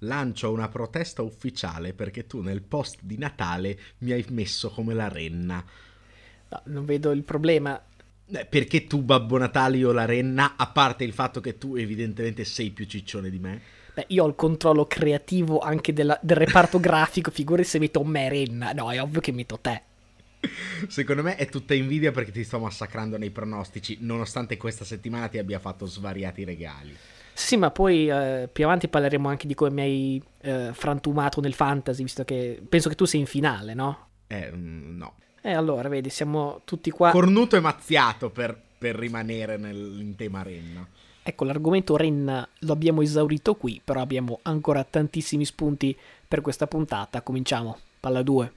lancio una protesta ufficiale perché tu nel post di Natale mi hai messo come la renna. No, non vedo il problema. Perché tu Babbo Natale, io la renna, a parte il fatto che tu evidentemente sei più ciccione di me. Beh, io ho il controllo creativo anche del reparto grafico, figurati se metto me Renna. No, è ovvio che metto te. Secondo me è tutta invidia perché ti sto massacrando nei pronostici, nonostante questa settimana ti abbia fatto svariati regali. Sì, ma poi più avanti parleremo anche di come mi hai frantumato nel fantasy, visto che penso che tu sei in finale, no? No. E allora, vedi, siamo tutti qua. Cornuto e mazziato per rimanere in tema renna. Ecco, l'argomento Renna lo abbiamo esaurito qui, però abbiamo ancora tantissimi spunti per questa puntata. Cominciamo. Palla 2.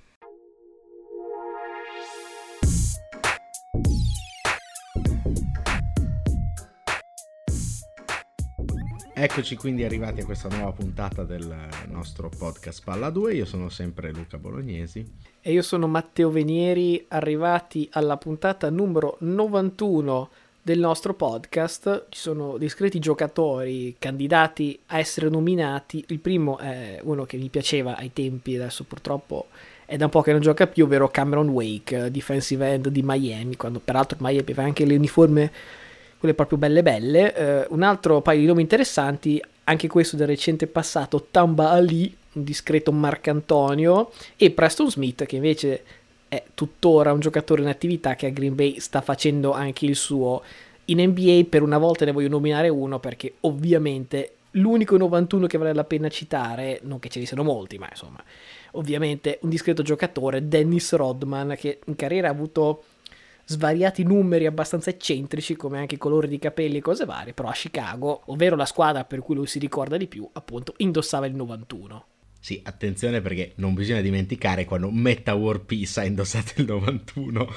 Eccoci quindi arrivati a questa nuova puntata del nostro podcast Palla 2. Io sono sempre Luca Bolognesi. E io sono Matteo Venieri, arrivati alla puntata numero 91 del nostro podcast. Ci sono discreti giocatori candidati a essere nominati. Il primo è uno che mi piaceva ai tempi, adesso purtroppo è da un po' che non gioca più, ovvero Cameron Wake, defensive end di Miami, quando peraltro Miami aveva anche le uniforme, quelle proprio belle belle. Un altro paio di nomi interessanti, anche questo del recente passato, Tamba Ali, un discreto Marcantonio, e Preston Smith, che invece è tuttora un giocatore in attività che a Green Bay sta facendo anche il suo. In NBA per una volta ne voglio nominare uno perché ovviamente l'unico 91 che vale la pena citare, non che ce ne siano molti, ma insomma, ovviamente un discreto giocatore, Dennis Rodman, che in carriera ha avuto svariati numeri abbastanza eccentrici, come anche colori di capelli e cose varie, però a Chicago, ovvero la squadra per cui lui si ricorda di più, appunto, indossava il 91. Sì, attenzione perché non bisogna dimenticare quando Metta War Peace ha indossato il 91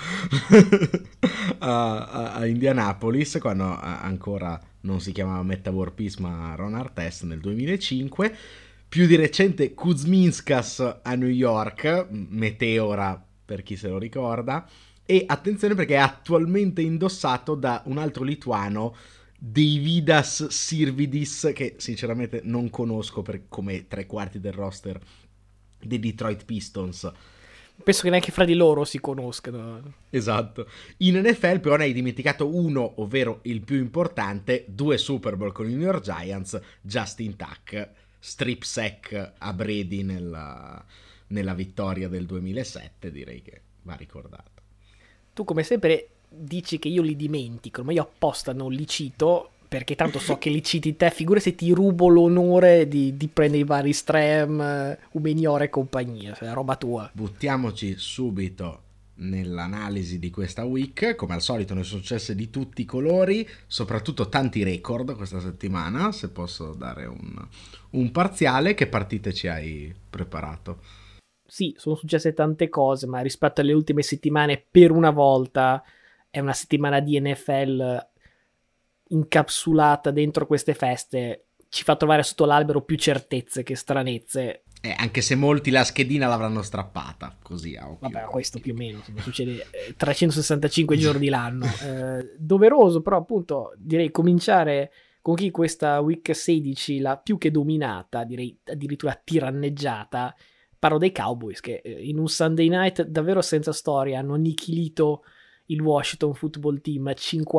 a Indianapolis, quando ancora non si chiamava Metta War Peace ma Ron Artest nel 2005. Più di recente Kuzminskas a New York, Meteora per chi se lo ricorda. E attenzione perché è attualmente indossato da un altro lituano, Deividas Sirvidis, che sinceramente non conosco come tre quarti del roster dei Detroit Pistons. Penso che neanche fra di loro si conoscano. Esatto. In NFL però ne hai dimenticato uno, ovvero il più importante, 2 Super Bowl con i New York Giants, Justin Tuck, strip sack a Brady nella vittoria del 2007, direi che va ricordato. Tu come sempre dici che io li dimentico, ma io apposta non li cito, perché tanto so che li citi te, figura se ti rubo l'onore di prendere i vari Stram, Umeniora e compagnia, cioè roba tua. Buttiamoci subito nell'analisi di questa week. Come al solito ne sono successe di tutti i colori, soprattutto tanti record questa settimana. Se posso dare un parziale, che partite ci hai preparato? Sì, sono successe tante cose, ma rispetto alle ultime settimane, per una volta è una settimana di NFL incapsulata dentro queste feste. Ci fa trovare sotto l'albero più certezze che stranezze. Anche se molti la schedina l'avranno strappata, così a occhio. Vabbè, questo più o meno succede 365 giorni l'anno. Doveroso, però appunto direi cominciare con chi questa week 16 l'ha più che dominata, direi addirittura tiranneggiata. Parlo dei Cowboys che in un Sunday night davvero senza storia hanno annichilito il Washington Football Team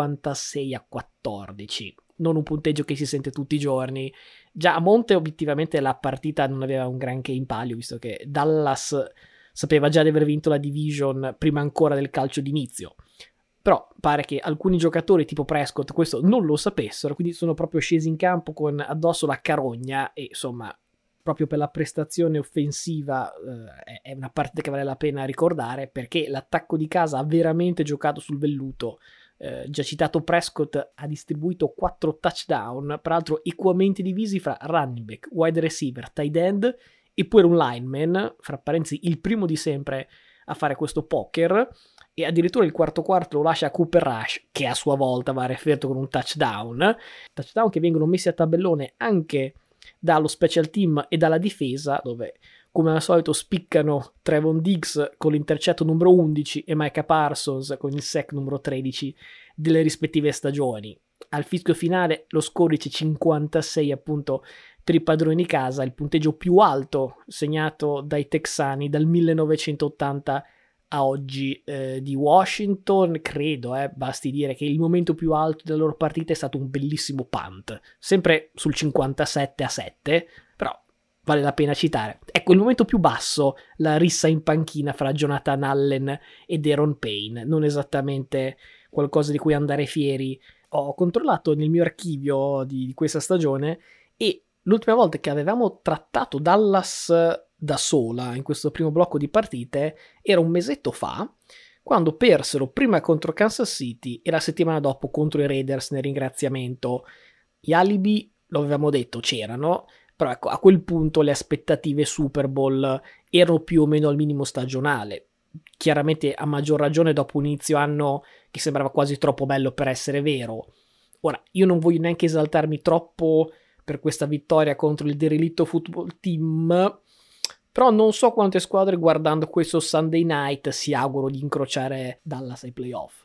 56-14. Non un punteggio che si sente tutti i giorni. Già a monte obiettivamente la partita non aveva un granché in palio, visto che Dallas sapeva già di aver vinto la division prima ancora del calcio d'inizio. Però pare che alcuni giocatori tipo Prescott questo non lo sapessero, quindi sono proprio scesi in campo con addosso la carogna e insomma proprio per la prestazione offensiva è una partita che vale la pena ricordare, perché l'attacco di casa ha veramente giocato sul velluto. Già citato Prescott ha distribuito 4 touchdown, peraltro equamente divisi fra running back, wide receiver, tight end e pure un lineman, fra parentesi il primo di sempre a fare questo poker, e addirittura il quarto lo lascia a Cooper Rush, che a sua volta va referto con un touchdown che vengono messi a tabellone anche dallo special team e dalla difesa, dove come al solito spiccano Trevon Diggs con l'intercetto numero 11 e Micah Parsons con il sack numero 13 delle rispettive stagioni. Al fischio finale lo score dice 56 appunto per i padroni di casa, il punteggio più alto segnato dai texani dal 1980 a oggi di Washington. Credo, basti dire che il momento più alto della loro partita è stato un bellissimo punt, sempre sul 57-7, però vale la pena citare. Ecco, il momento più basso, la rissa in panchina fra Jonathan Allen e Daron Payne, non esattamente qualcosa di cui andare fieri. Ho controllato nel mio archivio di questa stagione e l'ultima volta che avevamo trattato Dallas da sola in questo primo blocco di partite era un mesetto fa, quando persero prima contro Kansas City e la settimana dopo contro i Raiders nel ringraziamento. Gli alibi, lo avevamo detto, c'erano, però ecco, a quel punto le aspettative Super Bowl erano più o meno al minimo stagionale. Chiaramente a maggior ragione dopo un inizio anno che sembrava quasi troppo bello per essere vero. Ora, io non voglio neanche esaltarmi troppo per questa vittoria contro il derelitto football team, però non so quante squadre guardando questo Sunday night si auguro di incrociare Dallas ai playoff.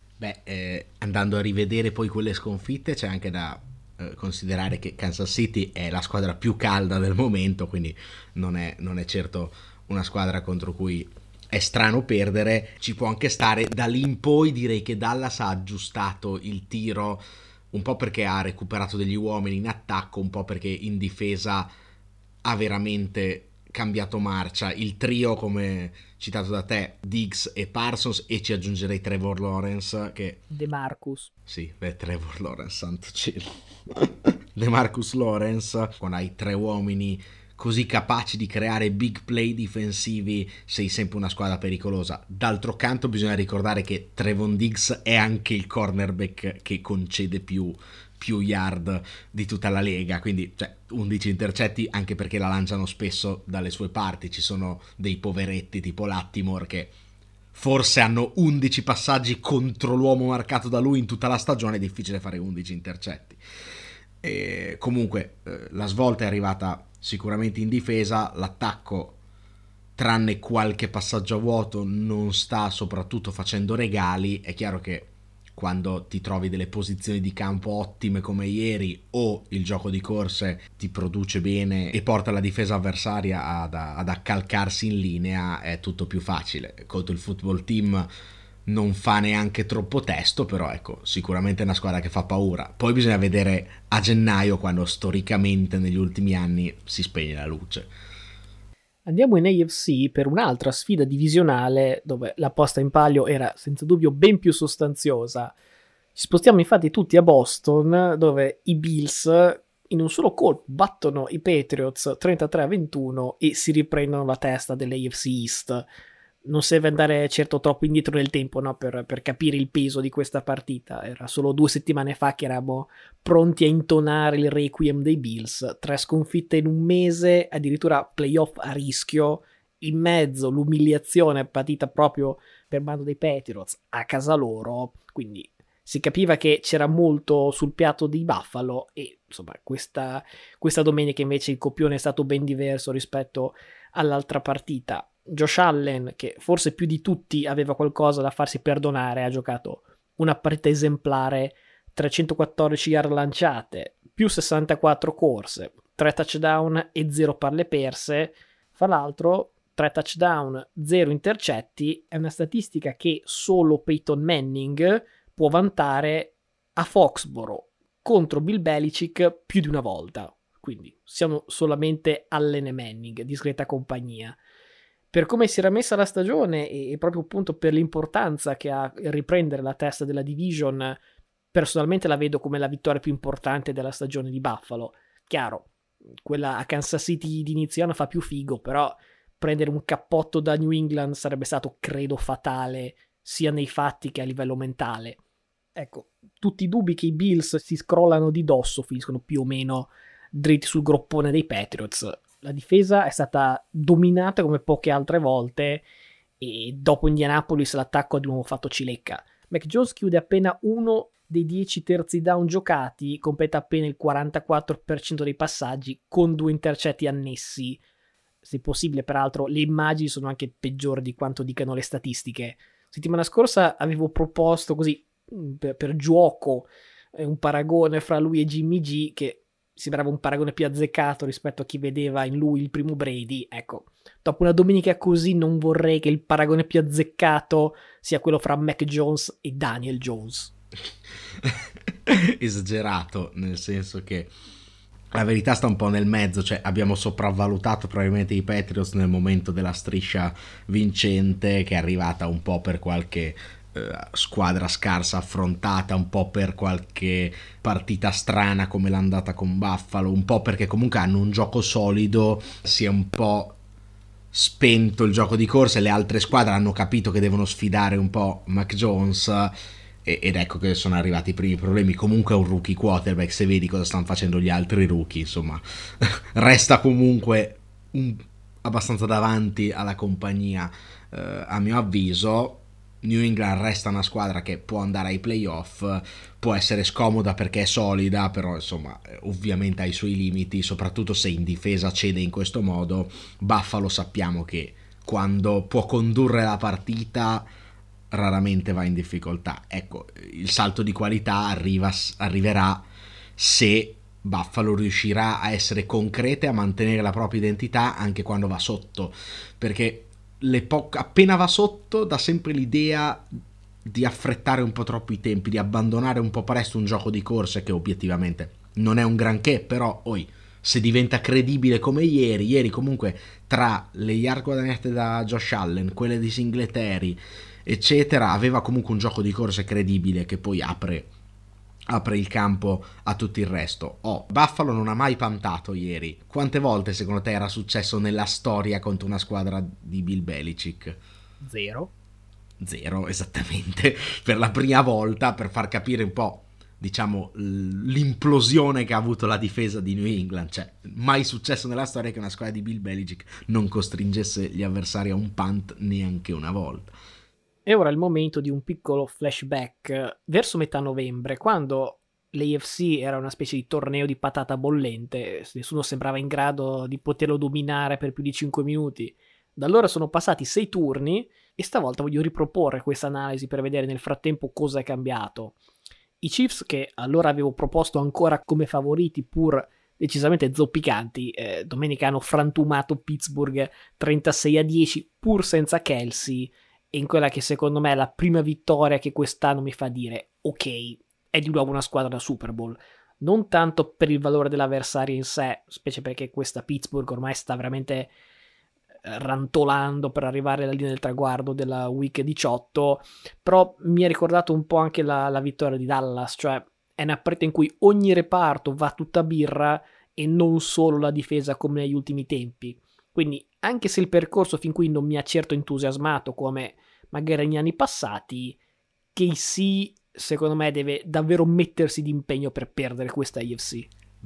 Andando a rivedere poi quelle sconfitte c'è anche da considerare che Kansas City è la squadra più calda del momento, quindi non è certo una squadra contro cui è strano perdere. Ci può anche stare. Da lì in poi direi che Dallas ha aggiustato il tiro, un po' perché ha recuperato degli uomini in attacco, un po' perché in difesa ha veramente cambiato marcia. Il trio, come citato da te, Diggs e Parsons, e ci aggiungerei Trevor Lawrence, che DeMarcus. Sì, Trevor Lawrence, santo cielo. DeMarcus Lawrence, quando hai tre uomini così capaci di creare big play difensivi, sei sempre una squadra pericolosa. D'altro canto bisogna ricordare che Trevon Diggs è anche il cornerback che concede più yard di tutta la lega, quindi 11 intercetti, anche perché la lanciano spesso dalle sue parti. Ci sono dei poveretti tipo Lattimore che forse hanno 11 passaggi contro l'uomo marcato da lui in tutta la stagione, è difficile fare 11 intercetti. E comunque la svolta è arrivata sicuramente in difesa. L'attacco, tranne qualche passaggio a vuoto, non sta soprattutto facendo regali. È chiaro che quando ti trovi delle posizioni di campo ottime come ieri, o il gioco di corse ti produce bene e porta la difesa avversaria ad accalcarsi in linea, è tutto più facile. Contro il football team non fa neanche troppo testo, però ecco, sicuramente è una squadra che fa paura. Poi bisogna vedere a gennaio, quando storicamente negli ultimi anni si spegne la luce. Andiamo in AFC per un'altra sfida divisionale dove la posta in palio era senza dubbio ben più sostanziosa. Ci spostiamo infatti tutti a Boston, dove i Bills in un solo colpo battono i Patriots 33-21 e si riprendono la testa dell'AFC East. Non serve andare certo troppo indietro nel tempo, no? per capire il peso di questa partita. Era solo 2 settimane fa che eravamo pronti a intonare il requiem dei Bills. 3 sconfitte in un mese, addirittura playoff a rischio. In mezzo l'umiliazione patita proprio per mano dei Patriots a casa loro. Quindi si capiva che c'era molto sul piatto di Buffalo e insomma questa domenica invece il copione è stato ben diverso rispetto all'altra partita. Josh Allen, che forse più di tutti aveva qualcosa da farsi perdonare, ha giocato una partita esemplare, 314 yard lanciate, più 64 corse, 3 touchdown e 0 palle perse. Fra l'altro 3 touchdown, 0 intercetti è una statistica che solo Peyton Manning può vantare a Foxborough contro Bill Belichick più di una volta. Quindi siamo solamente Allen e Manning, discreta compagnia. Per come si era messa la stagione e proprio appunto per l'importanza che ha riprendere la testa della division, personalmente la vedo come la vittoria più importante della stagione di Buffalo. Chiaro, quella a Kansas City di inizio anno fa più figo, però prendere un cappotto da New England sarebbe stato, credo, fatale sia nei fatti che a livello mentale. Ecco, tutti i dubbi che i Bills si scrollano di dosso finiscono più o meno dritti sul groppone dei Patriots. La difesa è stata dominata come poche altre volte e dopo Indianapolis l'attacco ha di nuovo fatto cilecca. Mac Jones chiude appena uno dei 10 terzi down giocati, completa appena il 44% dei passaggi con 2 intercetti annessi. Se possibile, peraltro, le immagini sono anche peggiori di quanto dicano le statistiche. Settimana scorsa avevo proposto così per gioco un paragone fra lui e Jimmy G che sembrava un paragone più azzeccato rispetto a chi vedeva in lui il primo Brady. Ecco, dopo una domenica così non vorrei che il paragone più azzeccato sia quello fra Mac Jones e Daniel Jones. Esagerato, nel senso che la verità sta un po' nel mezzo, cioè abbiamo sopravvalutato probabilmente i Patriots nel momento della striscia vincente, che è arrivata un po' per qualche squadra scarsa affrontata, un po' per qualche partita strana come l'andata con Buffalo, un po' perché comunque hanno un gioco solido, si è un po' spento il gioco di corsa e le altre squadre hanno capito che devono sfidare un po' Mac Jones, ed ecco che sono arrivati i primi problemi. Comunque è un rookie quarterback, se vedi cosa stanno facendo gli altri rookie, insomma resta comunque abbastanza davanti alla compagnia, a mio avviso. New England resta una squadra che può andare ai playoff, può essere scomoda perché è solida, però insomma ovviamente ha i suoi limiti, soprattutto se in difesa cede in questo modo. Buffalo sappiamo che quando può condurre la partita raramente va in difficoltà. Ecco, il salto di qualità arriverà se Buffalo riuscirà a essere concreta e a mantenere la propria identità anche quando va sotto, perché appena va sotto dà sempre l'idea di affrettare un po' troppo i tempi, di abbandonare un po' presto un gioco di corse che obiettivamente non è un granché, però se diventa credibile come ieri comunque tra le yard guadagnate da Josh Allen, quelle di Singletary eccetera, aveva comunque un gioco di corse credibile che poi apre il campo a tutto il resto. Buffalo non ha mai pantato ieri. Quante volte secondo te era successo nella storia contro una squadra di Bill Belichick? Zero, esattamente. Per la prima volta, per far capire un po', diciamo, l'implosione che ha avuto la difesa di New England. Cioè, mai successo nella storia che una squadra di Bill Belichick non costringesse gli avversari a un punt neanche una volta. E ora è il momento di un piccolo flashback verso metà novembre, quando l'AFC era una specie di torneo di patata bollente, nessuno sembrava in grado di poterlo dominare per più di 5 minuti. Da allora sono passati 6 turni e stavolta voglio riproporre questa analisi per vedere nel frattempo cosa è cambiato. I Chiefs, che allora avevo proposto ancora come favoriti pur decisamente zoppicanti, domenica hanno frantumato Pittsburgh 36-10 pur senza Kelsey, e in quella che secondo me è la prima vittoria che quest'anno mi fa dire ok, è di nuovo una squadra da Super Bowl. Non tanto per il valore dell'avversario in sé, specie perché questa Pittsburgh ormai sta veramente rantolando per arrivare alla linea del traguardo della Week 18, però mi ha ricordato un po' anche la vittoria di Dallas, cioè è una partita in cui ogni reparto va tutta birra e non solo la difesa come negli ultimi tempi. Quindi anche se il percorso fin qui non mi ha certo entusiasmato come magari negli anni passati, KC secondo me deve davvero mettersi d'impegno per perdere questa AFC.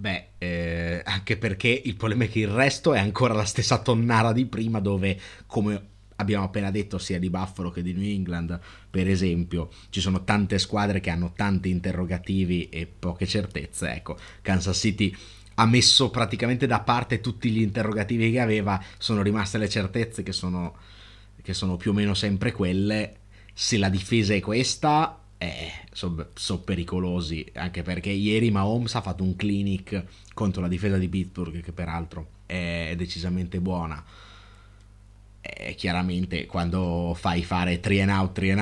Anche perché il problema è che il resto è ancora la stessa tonnara di prima, dove, come abbiamo appena detto, sia di Buffalo che di New England, per esempio, ci sono tante squadre che hanno tanti interrogativi e poche certezze. Ecco, Kansas City ha messo praticamente da parte tutti gli interrogativi che aveva, sono rimaste le certezze che sono più o meno sempre quelle. Se la difesa è questa, sono pericolosi, anche perché ieri Mahomes ha fatto un clinic contro la difesa di Pittsburgh, che peraltro è decisamente buona. Chiaramente quando fai fare 3 and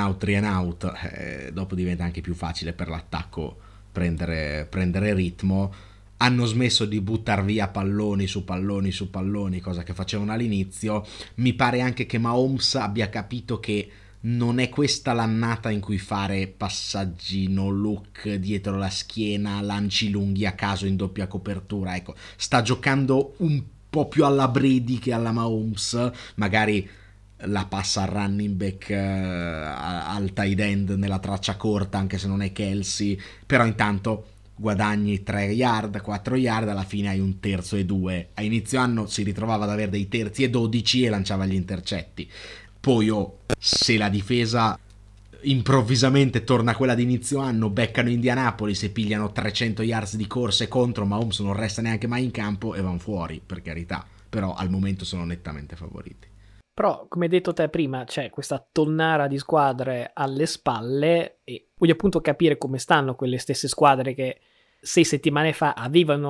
out, dopo diventa anche più facile per l'attacco prendere ritmo. Hanno smesso di buttar via palloni su palloni, cosa che facevano all'inizio. Mi pare anche che Mahomes abbia capito che non è questa l'annata in cui fare passaggi no look dietro la schiena, lanci lunghi a caso in doppia copertura. Ecco, sta giocando un po' più alla Brady che alla Mahomes. Magari la passa al running back, al tight end nella traccia corta, anche se non è Kelsey, però intanto guadagni 3 yard, 4 yard, alla fine hai un terzo e 2. A inizio anno si ritrovava ad avere dei terzi e 12 e lanciava gli intercetti. Poi se la difesa improvvisamente torna a quella di inizio anno, beccano Indianapolis e pigliano 300 yards di corse contro, Mahomes non resta neanche mai in campo e vanno fuori, per carità, però al momento sono nettamente favoriti. Però, come hai detto te prima, c'è questa tonnara di squadre alle spalle e voglio appunto capire come stanno quelle stesse squadre che 6 settimane fa avevano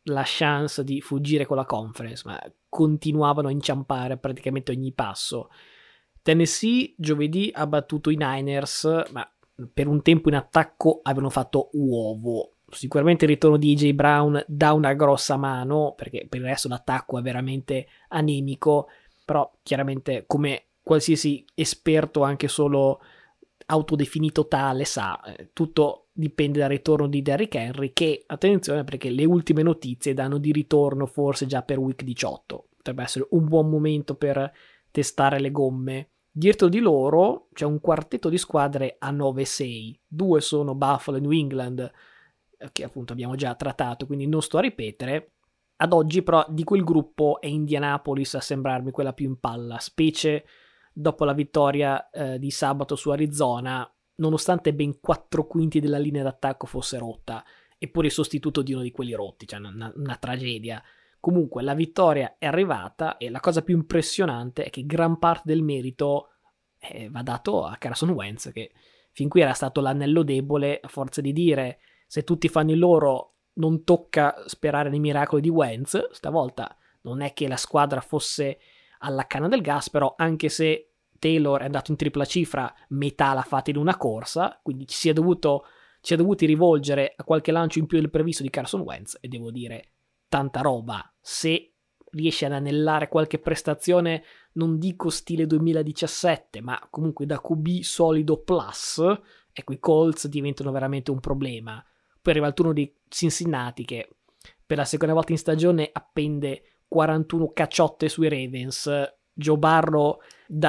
la chance di fuggire con la conference, ma continuavano a inciampare praticamente ogni passo. Tennessee giovedì ha battuto i Niners, ma per un tempo in attacco avevano fatto uovo. Sicuramente il ritorno di AJ Brown dà una grossa mano, perché per il resto l'attacco è veramente anemico, però chiaramente come qualsiasi esperto anche solo autodefinito tale sa, tutto dipende dal ritorno di Derrick Henry, che attenzione perché le ultime notizie danno di ritorno forse già per week 18, potrebbe essere un buon momento per testare le gomme. Dietro di loro c'è un quartetto di squadre a 9-6, due sono Buffalo e New England, che appunto abbiamo già trattato, quindi non sto a ripetere. Ad oggi però di quel gruppo è Indianapolis a sembrarmi quella più in palla, specie dopo la vittoria di sabato su Arizona, nonostante ben 4 quinti della linea d'attacco fosse rotta, eppure il sostituto di uno di quelli rotti, cioè una tragedia. Comunque la vittoria è arrivata e la cosa più impressionante è che gran parte del merito va dato a Carson Wentz, che fin qui era stato l'anello debole, a forza di dire se tutti fanno il loro non tocca sperare nei miracoli di Wentz. Stavolta non è che la squadra fosse alla canna del gas, però anche se Taylor è andato in tripla cifra, metà l'ha fatta in una corsa, quindi ci si è dovuti rivolgere a qualche lancio in più del previsto di Carson Wentz, e devo dire tanta roba. Se riesce ad anellare qualche prestazione, non dico stile 2017, ma comunque da QB solido plus, ecco i Colts diventano veramente un problema. Poi arriva il turno di Cincinnati, che per la seconda volta in stagione appende 41 cacciotte sui Ravens. Joe Burrow da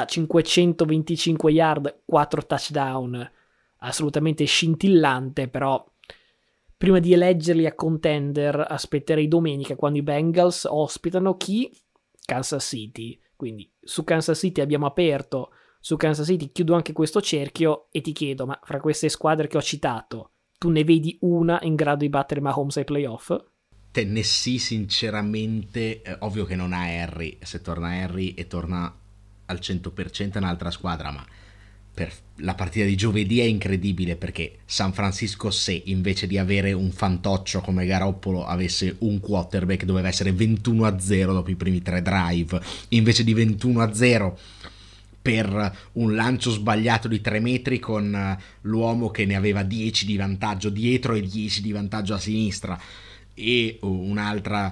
525 yard, 4 touchdown, assolutamente scintillante, però prima di eleggerli a contender aspetterei domenica, quando i Bengals ospitano chi? Kansas City. Quindi su Kansas City abbiamo aperto, su Kansas City chiudo anche questo cerchio e ti chiedo, ma fra queste squadre che ho citato, tu ne vedi una in grado di battere Mahomes ai playoff? Tennessee sinceramente, ovvio che non ha Harry, se torna Harry e torna al 100% è un'altra squadra, ma per la partita di giovedì è incredibile, perché San Francisco, se invece di avere un fantoccio come Garoppolo avesse un quarterback, doveva essere 21-0 dopo i primi 3 drive, invece di 21-0 per un lancio sbagliato di 3 metri con l'uomo che ne aveva 10 di vantaggio dietro e 10 di vantaggio a sinistra, e un'altra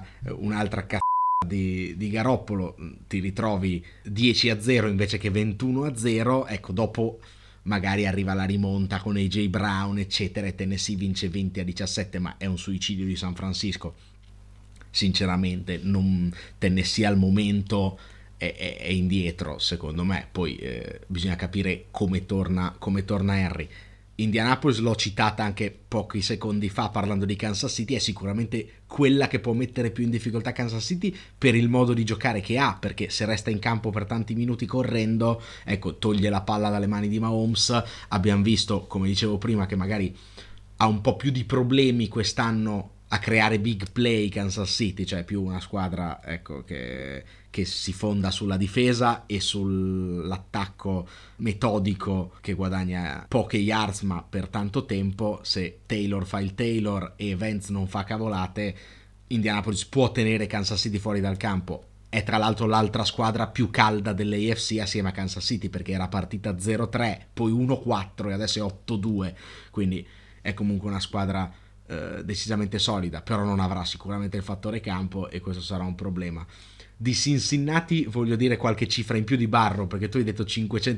di Garoppolo, ti ritrovi 10-0 invece che 21-0. Ecco, dopo magari arriva la rimonta con AJ Brown eccetera e Tennessee vince 20-17, ma è un suicidio di San Francisco. Sinceramente Tennessee al momento è indietro secondo me. Poi bisogna capire come torna Henry. Indianapolis l'ho citata anche pochi secondi fa parlando di Kansas City, è sicuramente quella che può mettere più in difficoltà Kansas City per il modo di giocare che ha, perché se resta in campo per tanti minuti correndo, ecco, toglie la palla dalle mani di Mahomes. Abbiamo visto, come dicevo prima, che magari ha un po' più di problemi quest'anno a creare big play Kansas City, cioè più una squadra, ecco, che si fonda sulla difesa e sull'attacco metodico che guadagna poche yards ma per tanto tempo. Se Taylor fa il Taylor e Vance non fa cavolate, Indianapolis può tenere Kansas City fuori dal campo. È tra l'altro l'altra squadra più calda dell'AFC assieme a Kansas City, perché era partita 0-3, poi 1-4 e adesso è 8-2, quindi è comunque una squadra decisamente solida, però non avrà sicuramente il fattore campo e questo sarà un problema. Di Cincinnati voglio dire qualche cifra in più di Burrow, perché tu hai detto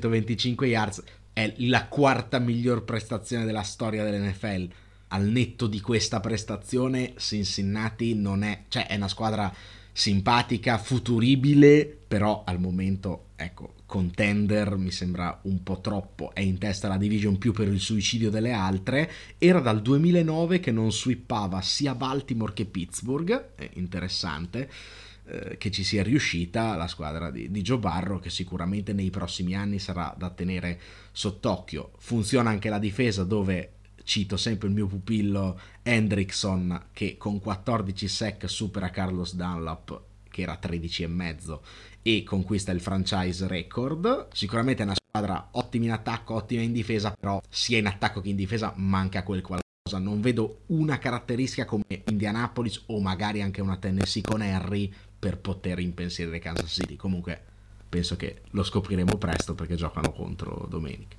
525 yards, è la quarta miglior prestazione della storia dell'NFL. Al netto di questa prestazione Cincinnati non è, cioè è una squadra simpatica, futuribile, però al momento, ecco, contender mi sembra un po' troppo. È in testa alla division più per il suicidio delle altre. Era dal 2009 che non sweepava sia Baltimore che Pittsburgh. È interessante che ci sia riuscita la squadra di Joe Burrow, che sicuramente nei prossimi anni sarà da tenere sott'occhio. Funziona anche la difesa, dove cito sempre il mio pupillo Hendrickson, che con 14 sack supera Carlos Dunlap che era 13,5 e conquista il franchise record. Sicuramente è una squadra ottima in attacco, ottima in difesa, però sia in attacco che in difesa manca quel qualcosa Non vedo una caratteristica come Indianapolis o magari anche una Tennessee con Henry per poter impensierire Kansas City. Comunque penso che lo scopriremo presto perché giocano contro domenica.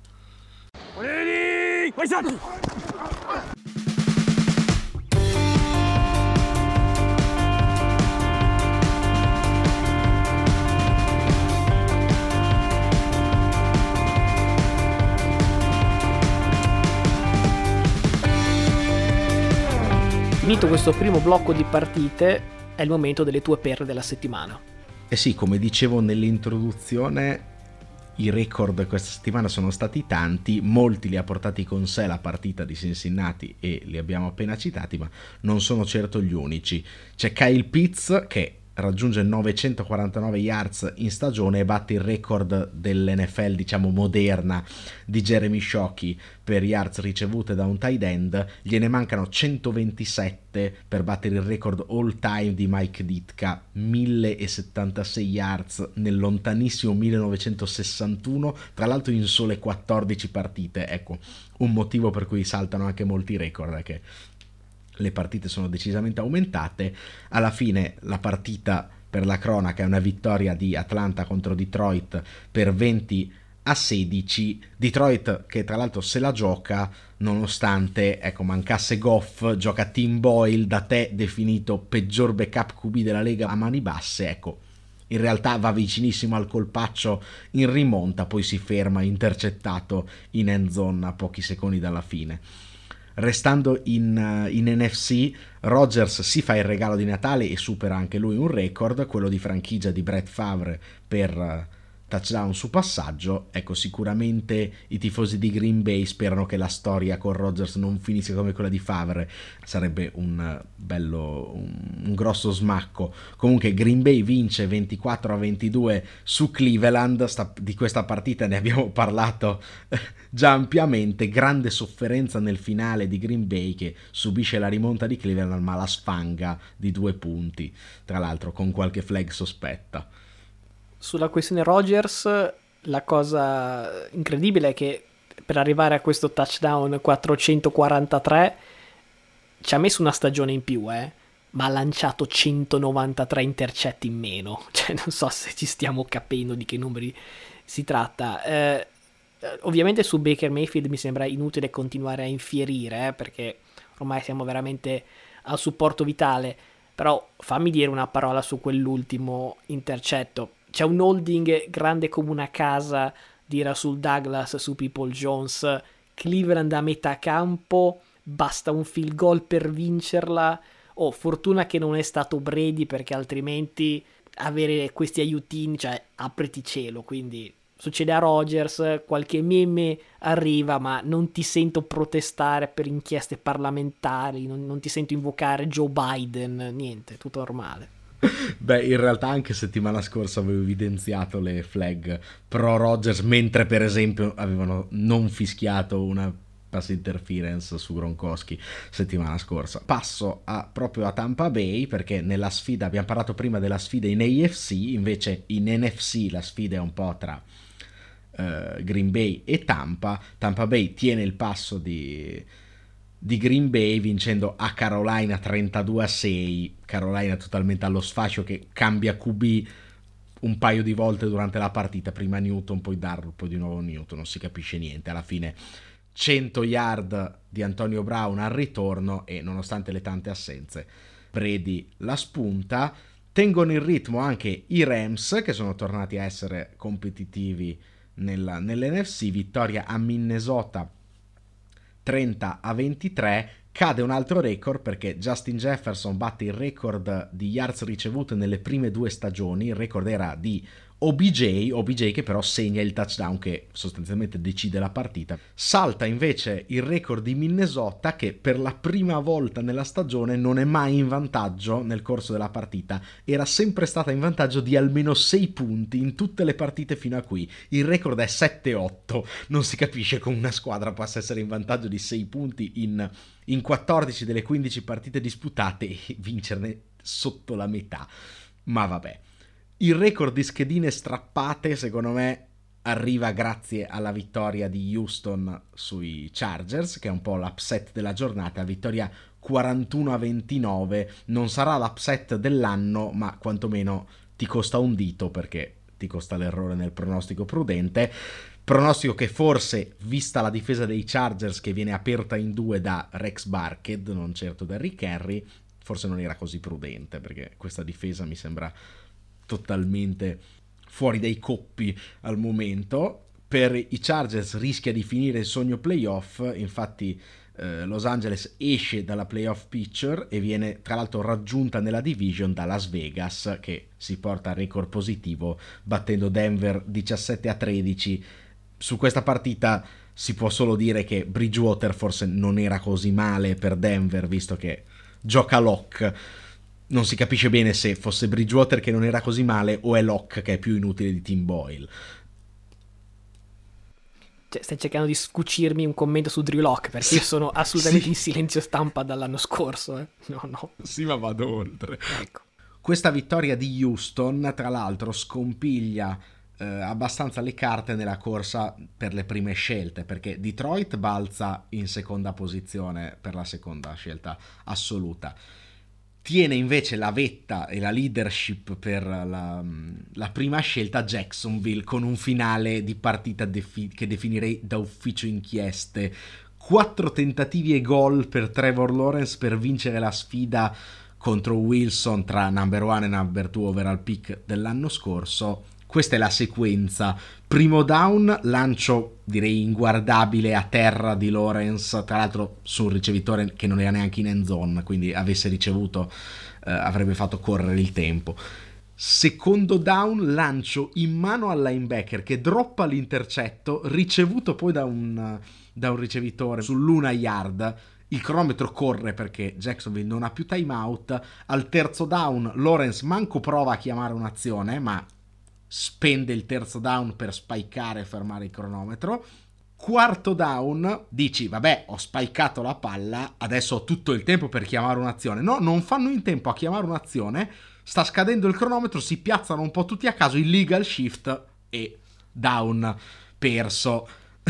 Finito questo primo blocco di partite, è il momento delle tue perle della settimana. Eh sì, come dicevo nell'introduzione, i record questa settimana sono stati tanti, molti li ha portati con sé la partita di Cincinnati e li abbiamo appena citati, ma non sono certo gli unici. C'è Kyle Pitts che raggiunge 949 yards in stagione e batte il record dell'NFL, diciamo moderna, di Jeremy Shockey per yards ricevute da un tight end. Gliene mancano 127 per battere il record all time di Mike Ditka, 1076 yards nel lontanissimo 1961, tra l'altro in sole 14 partite. Ecco, un motivo per cui saltano anche molti record è che le partite sono decisamente aumentate. Alla fine la partita, per la cronaca, è una vittoria di Atlanta contro Detroit per 20-16. Detroit che tra l'altro se la gioca nonostante mancasse Goff, gioca Tim Boyle, da te definito peggior backup QB della Lega a mani basse. In realtà va vicinissimo al colpaccio in rimonta, poi si ferma intercettato in end zone a pochi secondi dalla fine. Restando in NFC, Rodgers si fa il regalo di Natale e supera anche lui un record, quello di franchigia di Brett Favre per touchdown su passaggio. Sicuramente i tifosi di Green Bay sperano che la storia con Rodgers non finisca come quella di Favre, sarebbe un grosso smacco. Comunque Green Bay vince 24-22 su Cleveland. Di questa partita ne abbiamo parlato già ampiamente. Grande sofferenza nel finale di Green Bay che subisce la rimonta di Cleveland ma la sfanga di 2 punti, tra l'altro con qualche flag sospetta. Sulla questione Rodgers, la cosa incredibile è che per arrivare a questo touchdown 443 ci ha messo una stagione in più, ma ha lanciato 193 intercetti in meno. Cioè, non so se ci stiamo capendo di che numeri si tratta. Ovviamente su Baker Mayfield mi sembra inutile continuare a infierire, perché ormai siamo veramente al supporto vitale, però fammi dire una parola su quell'ultimo intercetto. C'è un holding grande come una casa di Rasul Douglas su People Jones, Cleveland a metà campo, basta un field goal per vincerla. Fortuna che non è stato Brady, perché altrimenti avere questi aiutini, cioè apriti cielo. Quindi succede a Rodgers, qualche meme arriva, ma non ti sento protestare per inchieste parlamentari, non ti sento invocare Joe Biden, niente, tutto normale. Beh, in realtà anche settimana scorsa avevo evidenziato le flag pro Rodgers, mentre per esempio avevano non fischiato una pass interference su Gronkowski settimana scorsa. Passo proprio a Tampa Bay, perché nella sfida, abbiamo parlato prima della sfida in AFC, invece in NFC la sfida è un po' tra Green Bay e Tampa. Tampa Bay tiene il passo di Green Bay vincendo a Carolina 32-6. Carolina totalmente allo sfascio, che cambia QB un paio di volte durante la partita, prima Newton, poi Darnold, poi di nuovo Newton, non si capisce niente. Alla fine 100 yard di Antonio Brown al ritorno e nonostante le tante assenze Brady la spunta. Tengono il ritmo anche i Rams, che sono tornati a essere competitivi nell'NFC. Vittoria a Minnesota 30-23. Cade un altro record perché Justin Jefferson batte il record di yards ricevute nelle prime 2 stagioni. Il record era di OBJ che però segna il touchdown che sostanzialmente decide la partita. Salta invece il record di Minnesota, che per la prima volta nella stagione non è mai in vantaggio nel corso della partita, era sempre stata in vantaggio di almeno 6 punti in tutte le partite fino a qui. Il record è 7-8, non si capisce come una squadra possa essere in vantaggio di 6 punti in 14 delle 15 partite disputate e vincerne sotto la metà. Ma vabbè. Il record di schedine strappate, secondo me, arriva grazie alla vittoria di Houston sui Chargers, che è un po' l'upset della giornata, vittoria 41-29, non sarà l'upset dell'anno, ma quantomeno ti costa un dito perché ti costa l'errore nel pronostico prudente. Pronostico che forse, vista la difesa dei Chargers che viene aperta in due da Rex Burkhead, non certo da Rick Henry, forse non era così prudente, perché questa difesa mi sembra totalmente fuori dai coppi al momento. Per i Chargers rischia di finire il sogno playoff, infatti Los Angeles esce dalla playoff picture e viene tra l'altro raggiunta nella division da Las Vegas, che si porta al record positivo battendo Denver 17-13. Su questa partita si può solo dire che Bridgewater forse non era così male per Denver, visto che gioca Locke. Non si capisce bene se fosse Bridgewater che non era così male o è Locke che è più inutile di Tim Boyle. Cioè, stai cercando di scucirmi un commento su Drew Lock, perché io sono assolutamente in silenzio stampa dall'anno scorso. No. Sì, ma vado oltre. Ecco. Questa vittoria di Houston, tra l'altro, scompiglia abbastanza le carte nella corsa per le prime scelte, perché Detroit balza in seconda posizione per la seconda scelta assoluta. Tiene invece la vetta e la leadership per la prima scelta Jacksonville, con un finale di partita che definirei da ufficio inchieste. 4 tentativi e gol per Trevor Lawrence per vincere la sfida contro Wilson tra number 1 e number 2 overall pick dell'anno scorso. Questa è la sequenza: primo down, lancio direi inguardabile a terra di Lawrence, tra l'altro su un ricevitore che non era neanche in end zone, quindi avesse ricevuto avrebbe fatto correre il tempo. Secondo down, lancio in mano al linebacker che droppa l'intercetto, ricevuto poi da un ricevitore sull'1 yard. Il cronometro corre perché Jacksonville non ha più timeout. Al terzo down Lawrence manco prova a chiamare un'azione, ma spende il terzo down per spikeare e fermare il cronometro. Quarto down, dici vabbè, ho spikeato la palla, adesso ho tutto il tempo per chiamare un'azione. No, non fanno in tempo a chiamare un'azione, sta scadendo il cronometro, si piazzano un po' tutti a caso, illegal shift e down perso.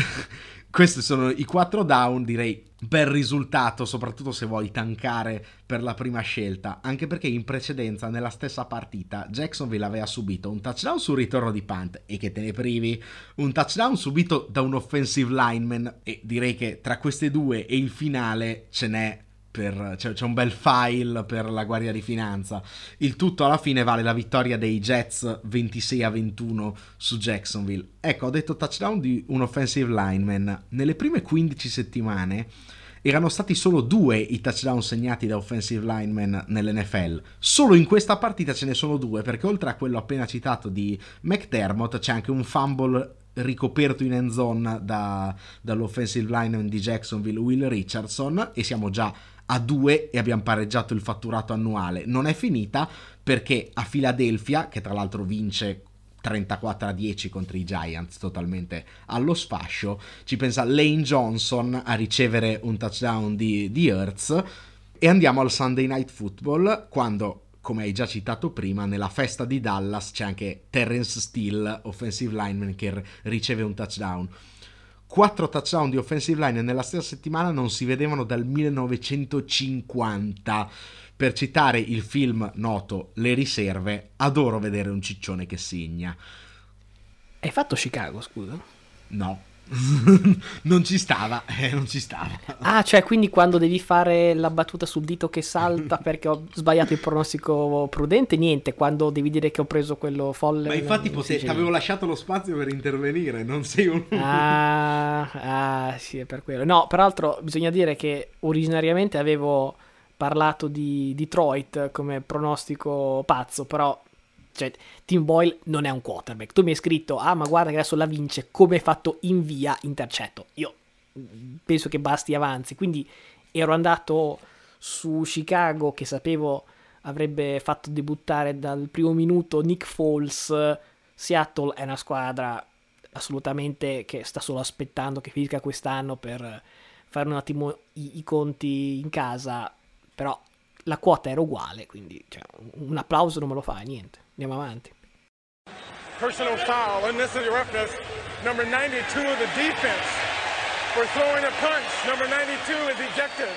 Questi sono i 4 down, direi bel risultato, soprattutto se vuoi tankare per la prima scelta, anche perché in precedenza nella stessa partita Jacksonville aveva subito un touchdown sul ritorno di punt, e che te ne privi, un touchdown subito da un offensive lineman, e direi che tra queste due e il finale c'è un bel file per la Guardia di Finanza. Il tutto alla fine vale la vittoria dei Jets 26-21 su Jacksonville. Ecco, ho detto touchdown di un offensive lineman. Nelle prime 15 settimane erano stati solo 2 i touchdown segnati da offensive lineman nell'NFL. Solo in questa partita ce ne sono 2, perché oltre a quello appena citato di McDermott c'è anche un fumble ricoperto in end zone dall'offensive lineman di Jacksonville, Will Richardson, e siamo già a 2 e abbiamo pareggiato il fatturato annuale. Non è finita, perché a Philadelphia, che tra l'altro vince 34-10 contro i Giants, totalmente allo sfascio, ci pensa Lane Johnson a ricevere un touchdown di Hurts. E andiamo al Sunday Night Football, quando, come hai già citato prima, nella festa di Dallas c'è anche Terrence Steele, offensive lineman, che riceve un touchdown. 4 touchdown di offensive line nella stessa settimana non si vedevano dal 1950. Per citare il film noto Le riserve, adoro vedere un ciccione che segna. Hai fatto Chicago, scusa? No. non ci stava. Ah, cioè quindi quando devi fare la battuta sul dito che salta perché ho sbagliato il pronostico prudente, niente, quando devi dire che ho preso quello folle. Ma infatti ti avevo lasciato lo spazio per intervenire, non sei un... sì, è per quello. No, peraltro bisogna dire che originariamente avevo parlato di Detroit come pronostico pazzo, però cioè, Tim Boyle non è un quarterback. Tu mi hai scritto, ma guarda che adesso la vince, come è fatto in via intercetto. Io penso che basti avanzi, quindi ero andato su Chicago, che sapevo avrebbe fatto debuttare dal primo minuto Nick Foles. Seattle è una squadra assolutamente che sta solo aspettando che finisca quest'anno per fare un attimo i conti in casa, però la quota era uguale, quindi cioè, un applauso non me lo fa, niente. Andiamo avanti. Personal foul, unnecessary roughness. number 92 of the defense. For throwing a punch, number 92 is ejected.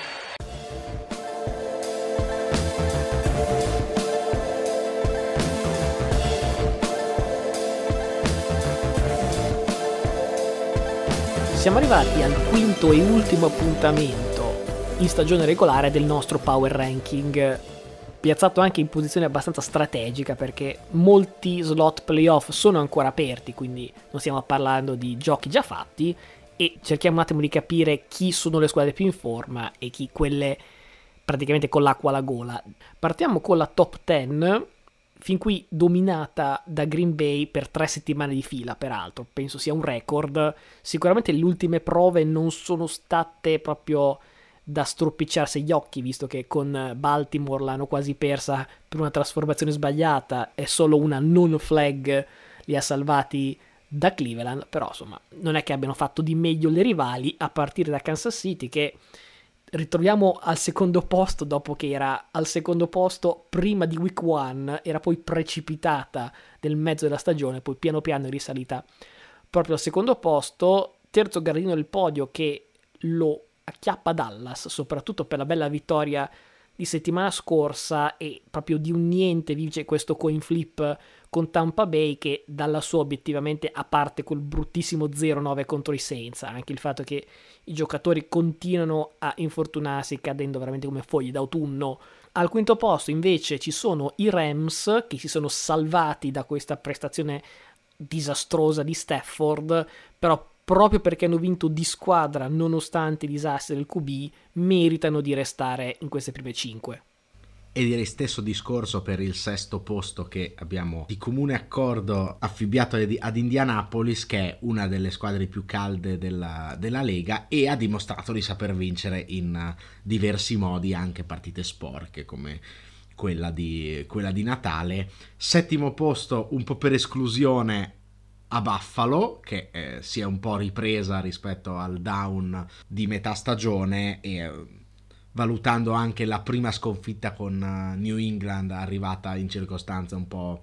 Siamo arrivati al quinto e ultimo appuntamento in stagione regolare del nostro Power Ranking, piazzato anche in posizione abbastanza strategica perché molti slot playoff sono ancora aperti, quindi non stiamo parlando di giochi già fatti, e cerchiamo un attimo di capire chi sono le squadre più in forma e chi quelle praticamente con l'acqua alla gola. Partiamo con la top 10, fin qui dominata da Green Bay per 3 settimane di fila, peraltro penso sia un record. Sicuramente le ultime prove non sono state proprio da stropicciarsi gli occhi, visto che con Baltimore l'hanno quasi persa per una trasformazione sbagliata e solo una non flag li ha salvati da Cleveland. Però insomma non è che abbiano fatto di meglio le rivali, a partire da Kansas City, che ritroviamo al secondo posto dopo che era al secondo posto prima di Week 1, era poi precipitata nel mezzo della stagione, poi piano piano è risalita proprio al secondo posto. Terzo gradino del podio che lo acchiappa Dallas, soprattutto per la bella vittoria di settimana scorsa, e proprio di un niente vince questo coin flip con Tampa Bay, che dalla sua obiettivamente, a parte quel bruttissimo 0-9 contro i Saints, anche il fatto che i giocatori continuano a infortunarsi cadendo veramente come foglie d'autunno. Al quinto posto invece ci sono i Rams, che si sono salvati da questa prestazione disastrosa di Stafford, però proprio perché hanno vinto di squadra nonostante i disastri del QB meritano di restare in queste prime 5. E direi stesso discorso per il sesto posto, che abbiamo di comune accordo affibbiato ad Indianapolis, che è una delle squadre più calde della Lega e ha dimostrato di saper vincere in diversi modi anche partite sporche come quella di Natale. Settimo posto, un po' per esclusione, a Buffalo, che si è un po' ripresa rispetto al down di metà stagione, e valutando anche la prima sconfitta con New England arrivata in circostanze un po'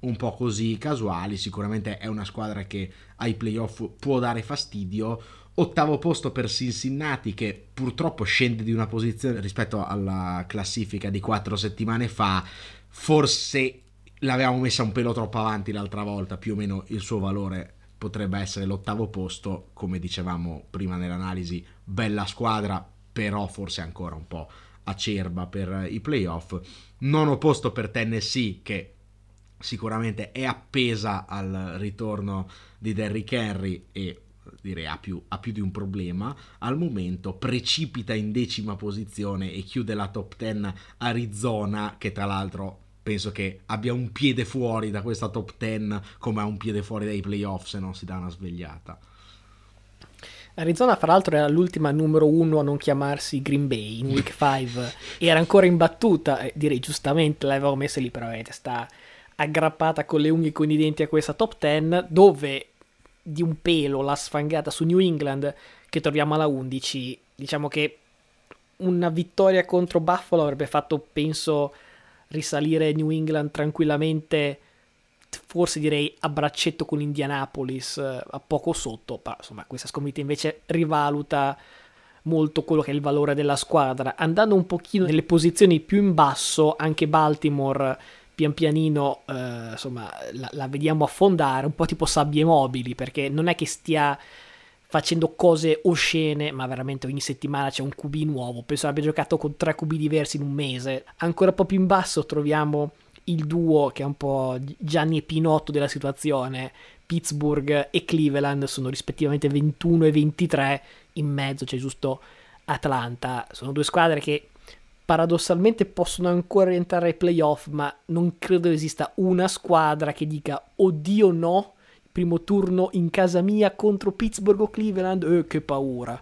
così casuali, sicuramente è una squadra che ai playoff può dare fastidio. Ottavo posto per Cincinnati, che purtroppo scende di una posizione rispetto alla classifica di 4 settimane fa. Forse l'avevamo messa un pelo troppo avanti l'altra volta, più o meno il suo valore potrebbe essere l'ottavo posto. Come dicevamo prima nell'analisi, bella squadra, però forse ancora un po' acerba per i playoff. Nono posto per Tennessee, che sicuramente è appesa al ritorno di Derrick Henry e direi ha più di un problema al momento. Precipita in 10ª posizione e chiude la top 10 Arizona, che tra l'altro penso che abbia un piede fuori da questa top 10 come ha un piede fuori dai playoff se non si dà una svegliata. Arizona, fra l'altro, era l'ultima numero 1 a non chiamarsi Green Bay in Week 5, era ancora imbattuta, direi giustamente l'avevo messa lì, però sta aggrappata con le unghie e con i denti a questa top 10, dove di un pelo l'ha sfangata su New England, che troviamo alla 11. Diciamo che una vittoria contro Buffalo avrebbe fatto, penso, risalire New England tranquillamente, forse direi a braccetto con Indianapolis, a poco sotto. Ma insomma questa sconfitta invece rivaluta molto quello che è il valore della squadra. Andando un pochino nelle posizioni più in basso, anche Baltimore pian pianino insomma la vediamo affondare, un po' tipo sabbie mobili, perché non è che stia facendo cose oscene, ma veramente ogni settimana c'è un QB nuovo. Penso abbia giocato con 3 QB diversi in un mese. Ancora un po' più in basso troviamo il duo che è un po' Gianni e Pinotto della situazione. Pittsburgh e Cleveland sono rispettivamente 21 e 23, in mezzo c'è giusto Atlanta. Sono due squadre che paradossalmente possono ancora rientrare ai playoff, ma non credo esista una squadra che dica oddio no, primo turno in casa mia contro Pittsburgh o Cleveland, che paura.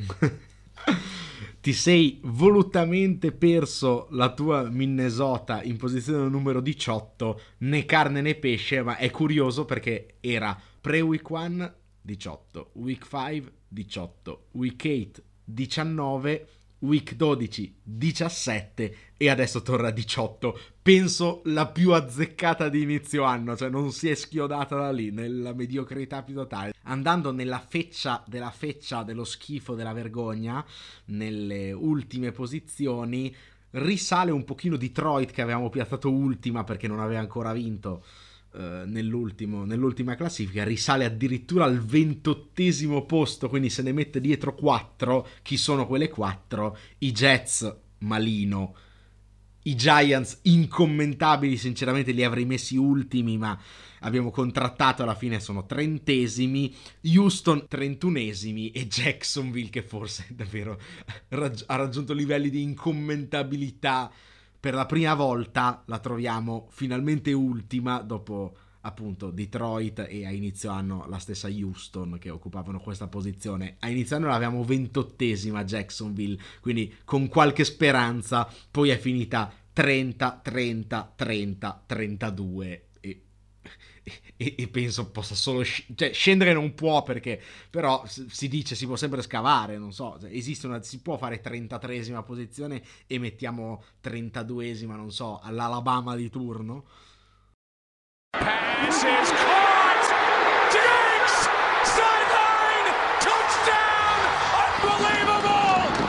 Ti sei volutamente perso la tua Minnesota in posizione numero 18, né carne né pesce, ma è curioso perché era pre-week 1 18, week 5 18, week 8 19, week 12 17 e adesso torna a 18. Penso la più azzeccata di inizio anno, cioè non si è schiodata da lì, nella mediocrità più totale, andando nella feccia dello schifo, della vergogna, nelle ultime posizioni. Risale un pochino Detroit, che avevamo piazzato ultima perché non aveva ancora vinto nell'ultima classifica, risale addirittura al 28° posto, quindi se ne mette dietro 4. Chi sono quelle 4? I Jets, malino. I Giants, incommentabili, sinceramente li avrei messi ultimi, ma abbiamo contrattato, alla fine sono 30°, Houston 31°, e Jacksonville, che forse davvero ha raggiunto livelli di incommentabilità. Per la prima volta la troviamo finalmente ultima, dopo appunto Detroit e a inizio anno la stessa Houston, che occupavano questa posizione. A inizio anno l'avevamo 28° Jacksonville, quindi con qualche speranza. Poi è finita 30, 30, 30, 32 e penso possa solo scendere non può, perché però si dice si può sempre scavare, non so, si può fare 33° posizione e mettiamo 32°, non so, all'Alabama di turno. Pass is caught! Diggs! Sideline! Touchdown! Unbelievable!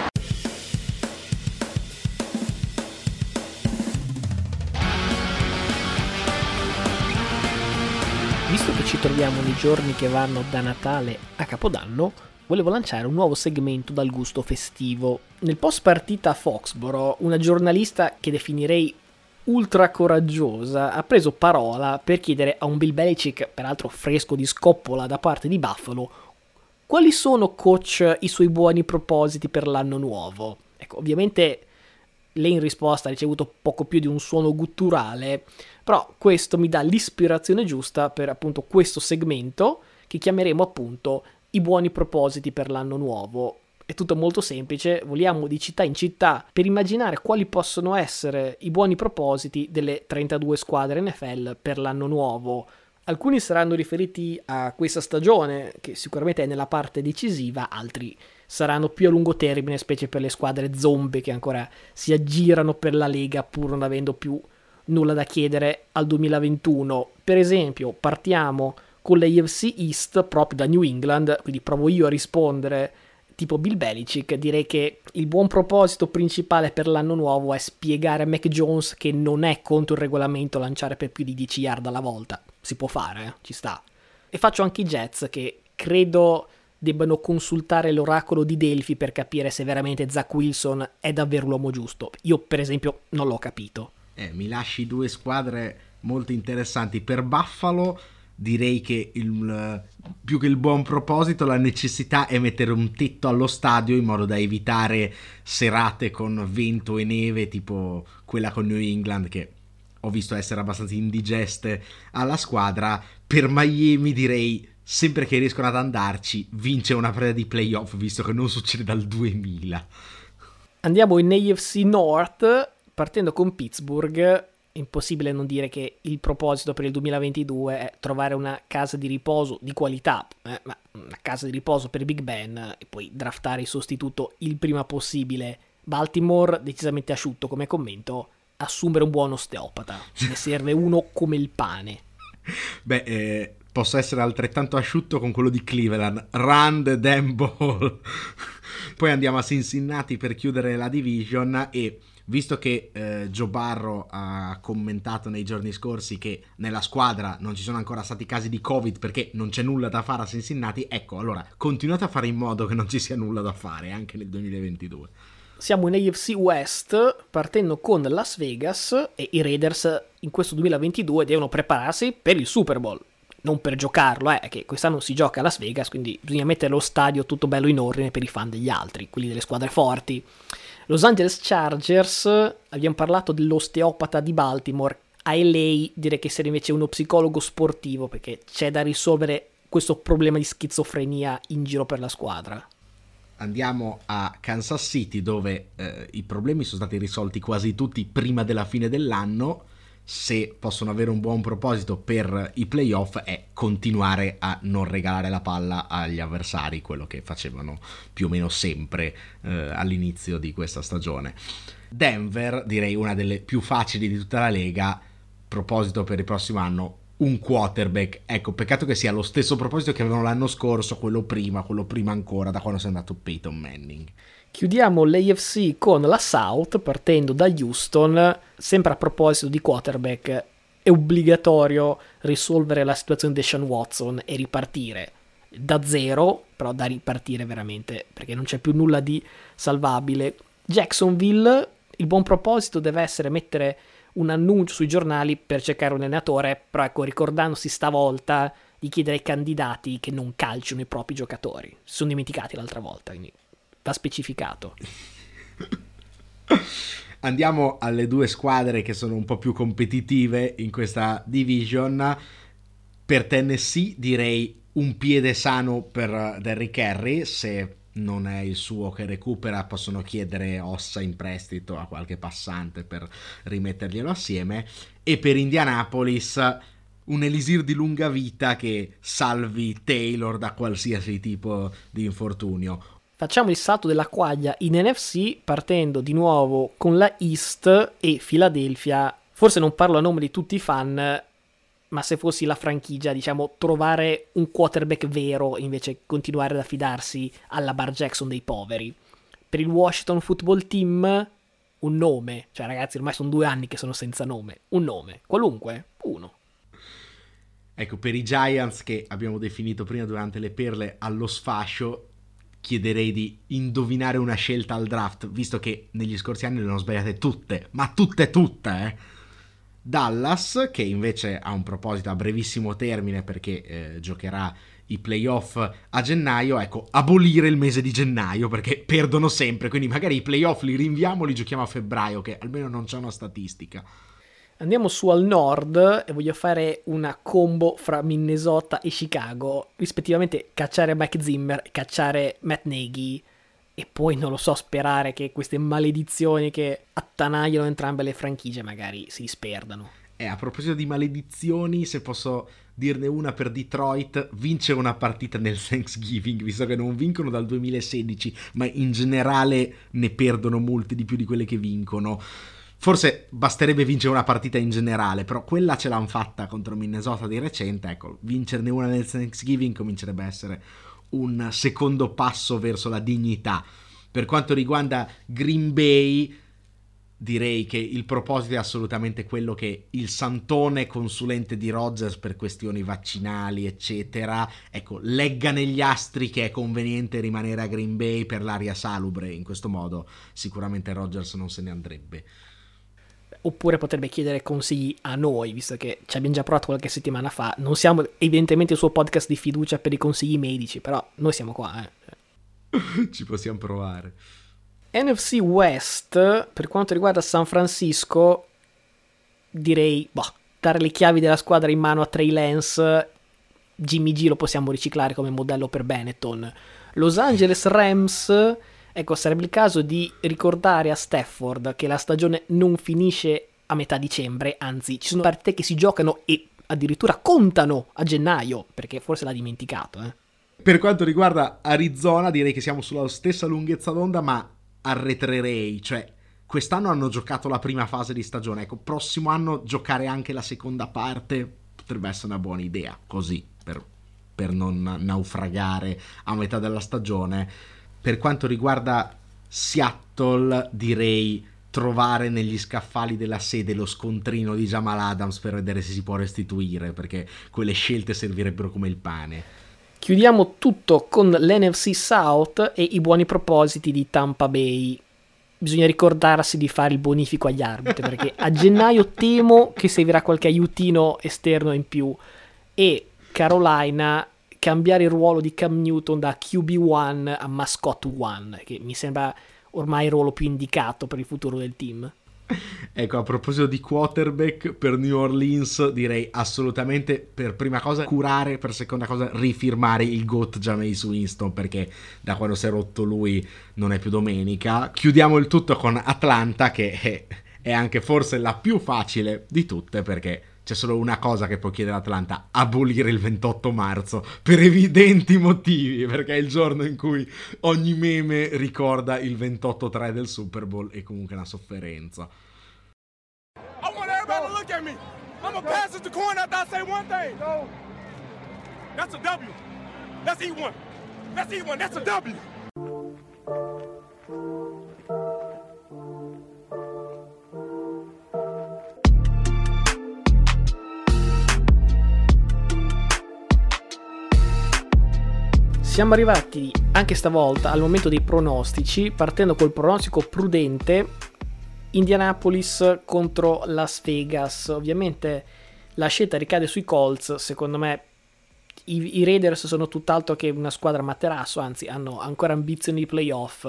Visto che ci troviamo nei giorni che vanno da Natale a Capodanno, volevo lanciare un nuovo segmento dal gusto festivo. Nel post partita a Foxborough, una giornalista che definirei ultra coraggiosa ha preso parola per chiedere a un Bill Belichick, peraltro fresco di scoppola da parte di Buffalo, quali sono, coach, i suoi buoni propositi per l'anno nuovo. Ecco, ovviamente lei in risposta ha ricevuto poco più di un suono gutturale, però questo mi dà l'ispirazione giusta per appunto questo segmento che chiameremo appunto i buoni propositi per l'anno nuovo. È tutto molto semplice, voliamo di città in città per immaginare quali possono essere i buoni propositi delle 32 squadre NFL per l'anno nuovo. Alcuni saranno riferiti a questa stagione, che sicuramente è nella parte decisiva, altri saranno più a lungo termine, specie per le squadre zombie che ancora si aggirano per la Lega pur non avendo più nulla da chiedere al 2021. Per esempio, partiamo con la AFC East proprio da New England, quindi provo io a rispondere tipo Bill Belichick. Direi che il buon proposito principale per l'anno nuovo è spiegare a Mac Jones che non è contro il regolamento lanciare per più di 10 yard alla volta. Si può fare, ci sta. E faccio anche i Jets, che credo debbano consultare l'oracolo di Delphi per capire se veramente Zach Wilson è davvero l'uomo giusto. Io per esempio non l'ho capito. Mi lasci due squadre molto interessanti. Per Buffalo direi che più che il buon proposito, la necessità è mettere un tetto allo stadio in modo da evitare serate con vento e neve tipo quella con New England, che ho visto essere abbastanza indigeste alla squadra. Per Miami direi, sempre che riescono ad andarci, vince una preda di playoff, visto che non succede dal 2000. Andiamo in AFC North, partendo con Pittsburgh. Impossibile non dire che il proposito per il 2022 è trovare una casa di riposo di qualità, ma una casa di riposo per Big Ben, e poi draftare il sostituto il prima possibile. Baltimore, decisamente asciutto come commento, assumere un buon osteopata, ne serve uno come il pane. Posso essere altrettanto asciutto con quello di Cleveland, run the damn ball. Poi andiamo a Cincinnati per chiudere la division, e visto che Joe Burrow ha commentato nei giorni scorsi che nella squadra non ci sono ancora stati casi di Covid perché non c'è nulla da fare a Cincinnati, ecco, allora continuate a fare in modo che non ci sia nulla da fare anche nel 2022. Siamo in AFC West, partendo con Las Vegas, e i Raiders in questo 2022 devono prepararsi per il Super Bowl. Non per giocarlo, che quest'anno si gioca a Las Vegas, quindi bisogna mettere lo stadio tutto bello in ordine per i fan degli altri, quelli delle squadre forti. Los Angeles Chargers, abbiamo parlato dell'osteopata di Baltimore. A LA direi che serve invece uno psicologo sportivo, perché c'è da risolvere questo problema di schizofrenia in giro per la squadra. Andiamo a Kansas City, dove i problemi sono stati risolti quasi tutti prima della fine dell'anno. se possono avere un buon proposito per i playoff è continuare a non regalare la palla agli avversari, quello che facevano più o meno sempre all'inizio di questa stagione. Denver, direi una delle più facili di tutta la lega, proposito per il prossimo anno, un quarterback. Ecco, peccato che sia lo stesso proposito che avevano l'anno scorso, quello prima ancora, da quando si è andato Peyton Manning. Chiudiamo l'AFC con la South, partendo da Houston. Sempre a proposito di quarterback, è obbligatorio risolvere la situazione di Deshaun Watson e ripartire da zero, però da ripartire veramente, perché non c'è più nulla di salvabile. Jacksonville, il buon proposito deve essere mettere un annuncio sui giornali per cercare un allenatore, però ecco, ricordandosi stavolta di chiedere ai candidati che non calciano i propri giocatori. Si sono dimenticati l'altra volta, quindi va specificato. Andiamo alle due squadre che sono un po' più competitive in questa division. Per Tennessee direi un piede sano per Derrick Henry, se non è il suo che recupera possono chiedere ossa in prestito a qualche passante per rimetterglielo assieme, e per Indianapolis un elisir di lunga vita che salvi Taylor da qualsiasi tipo di infortunio. Facciamo il salto della quaglia in NFC partendo di nuovo con la East e Philadelphia. Forse non parlo a nome di tutti i fan, ma se fossi la franchigia, diciamo, trovare un quarterback vero invece che continuare ad affidarsi alla Lamar Jackson dei poveri. Per il Washington Football Team un nome, cioè ragazzi ormai sono 2 anni che sono senza nome, un nome, qualunque, uno. Ecco, per i Giants, che abbiamo definito prima durante le perle allo sfascio, chiederei di indovinare una scelta al draft, visto che negli scorsi anni le hanno sbagliate tutte, ma tutte, Dallas, che invece ha un proposito a brevissimo termine perché giocherà i playoff a gennaio, ecco, abolire il mese di gennaio perché perdono sempre, quindi magari i playoff li rinviamo, li giochiamo a febbraio, che almeno non c'è una statistica. Andiamo su al nord e voglio fare una combo fra Minnesota e Chicago, rispettivamente cacciare Mike Zimmer e cacciare Matt Nagy, e poi non lo so, sperare che queste maledizioni che attanagliano entrambe le franchigie magari si disperdano. A proposito di maledizioni, se posso dirne una per Detroit, vince una partita nel Thanksgiving, visto che non vincono dal 2016, ma in generale ne perdono molte di più di quelle che vincono. Forse basterebbe vincere una partita in generale, però quella ce l'hanno fatta contro Minnesota di recente, ecco, vincerne una nel Thanksgiving comincerebbe a essere un secondo passo verso la dignità. Per quanto riguarda Green Bay, direi che il proposito è assolutamente quello che il santone consulente di Rodgers per questioni vaccinali eccetera, ecco, legga negli astri che è conveniente rimanere a Green Bay per l'aria salubre. In questo modo sicuramente Rodgers non se ne andrebbe. Oppure potrebbe chiedere consigli a noi, visto che ci abbiamo già provato qualche settimana fa. Non siamo evidentemente il suo podcast di fiducia per i consigli medici, però noi siamo qua. Ci possiamo provare. NFC West, per quanto riguarda San Francisco, direi dare le chiavi della squadra in mano a Trey Lance. Jimmy G lo possiamo riciclare come modello per Benetton. Los Angeles Rams, ecco, sarebbe il caso di ricordare a Stafford che la stagione non finisce a metà dicembre, anzi ci sono partite che si giocano e addirittura contano a gennaio, perché forse l'ha dimenticato. Per quanto riguarda Arizona, direi che siamo sulla stessa lunghezza d'onda, ma arretrerei, cioè quest'anno hanno giocato la prima fase di stagione, ecco, prossimo anno giocare anche la seconda parte potrebbe essere una buona idea, così per non naufragare a metà della stagione. Per quanto riguarda Seattle, direi trovare negli scaffali della sede lo scontrino di Jamal Adams per vedere se si può restituire, perché quelle scelte servirebbero come il pane. Chiudiamo tutto con l'NFC South e i buoni propositi di Tampa Bay. Bisogna ricordarsi di fare il bonifico agli arbitri, perché a gennaio temo che servirà qualche aiutino esterno in più. E Carolina, cambiare il ruolo di Cam Newton da QB1 a Mascot 1, che mi sembra ormai il ruolo più indicato per il futuro del team. Ecco, a proposito di quarterback, per New Orleans direi assolutamente, per prima cosa curare, per seconda cosa rifirmare il GOAT Jameis Winston, perché da quando si è rotto lui non è più domenica. Chiudiamo il tutto con Atlanta, che è anche forse la più facile di tutte, perché c'è solo una cosa che può chiedere Atlanta: abolire il 28 marzo, per evidenti motivi, perché è il giorno in cui ogni meme ricorda il 28-3 del Super Bowl, e comunque una sofferenza. I want everybody to look at me. I'm gonna pass it to Corn after I say one thing. That's a W. Let's eat one. Let's eat one. That's a W. Siamo arrivati anche stavolta al momento dei pronostici, partendo col pronostico prudente: Indianapolis contro Las Vegas. Ovviamente la scelta ricade sui Colts. Secondo me i Raiders sono tutt'altro che una squadra materasso, anzi hanno ancora ambizioni di playoff,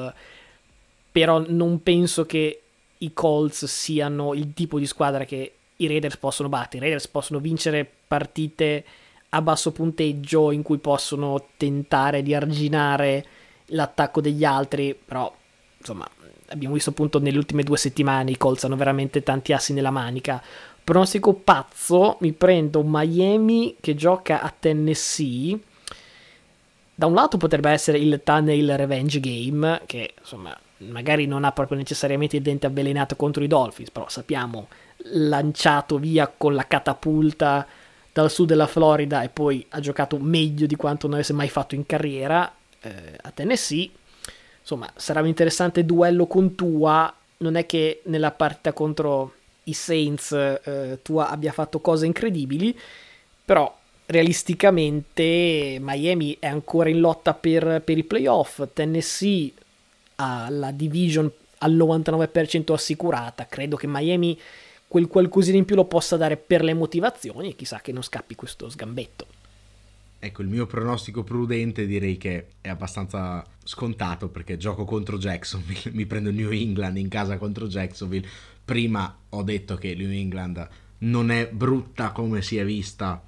però non penso che i Colts siano il tipo di squadra che i Raiders possono battere. I Raiders possono vincere partite a basso punteggio in cui possono tentare di arginare l'attacco degli altri, però insomma abbiamo visto appunto nelle ultime 2 settimane i Colts hanno veramente tanti assi nella manica. Pronostico pazzo, mi prendo Miami che gioca a Tennessee. Da un lato potrebbe essere il Tannehill revenge game, che insomma magari non ha proprio necessariamente il dente avvelenato contro i Dolphins, però sappiamo, lanciato via con la catapulta dal sud della Florida, e poi ha giocato meglio di quanto non avesse mai fatto in carriera a Tennessee. Insomma, sarà un interessante duello con Tua. Non è che nella partita contro i Saints Tua abbia fatto cose incredibili, però realisticamente Miami è ancora in lotta per i playoff. Tennessee ha la division al 99% assicurata. Credo che Miami quel qualcosina in più lo possa dare per le motivazioni, e chissà che non scappi questo sgambetto. Ecco, il mio pronostico prudente direi che è abbastanza scontato, perché gioco contro Jacksonville, mi prendo New England in casa contro Jacksonville. Prima ho detto che New England non è brutta come si è vista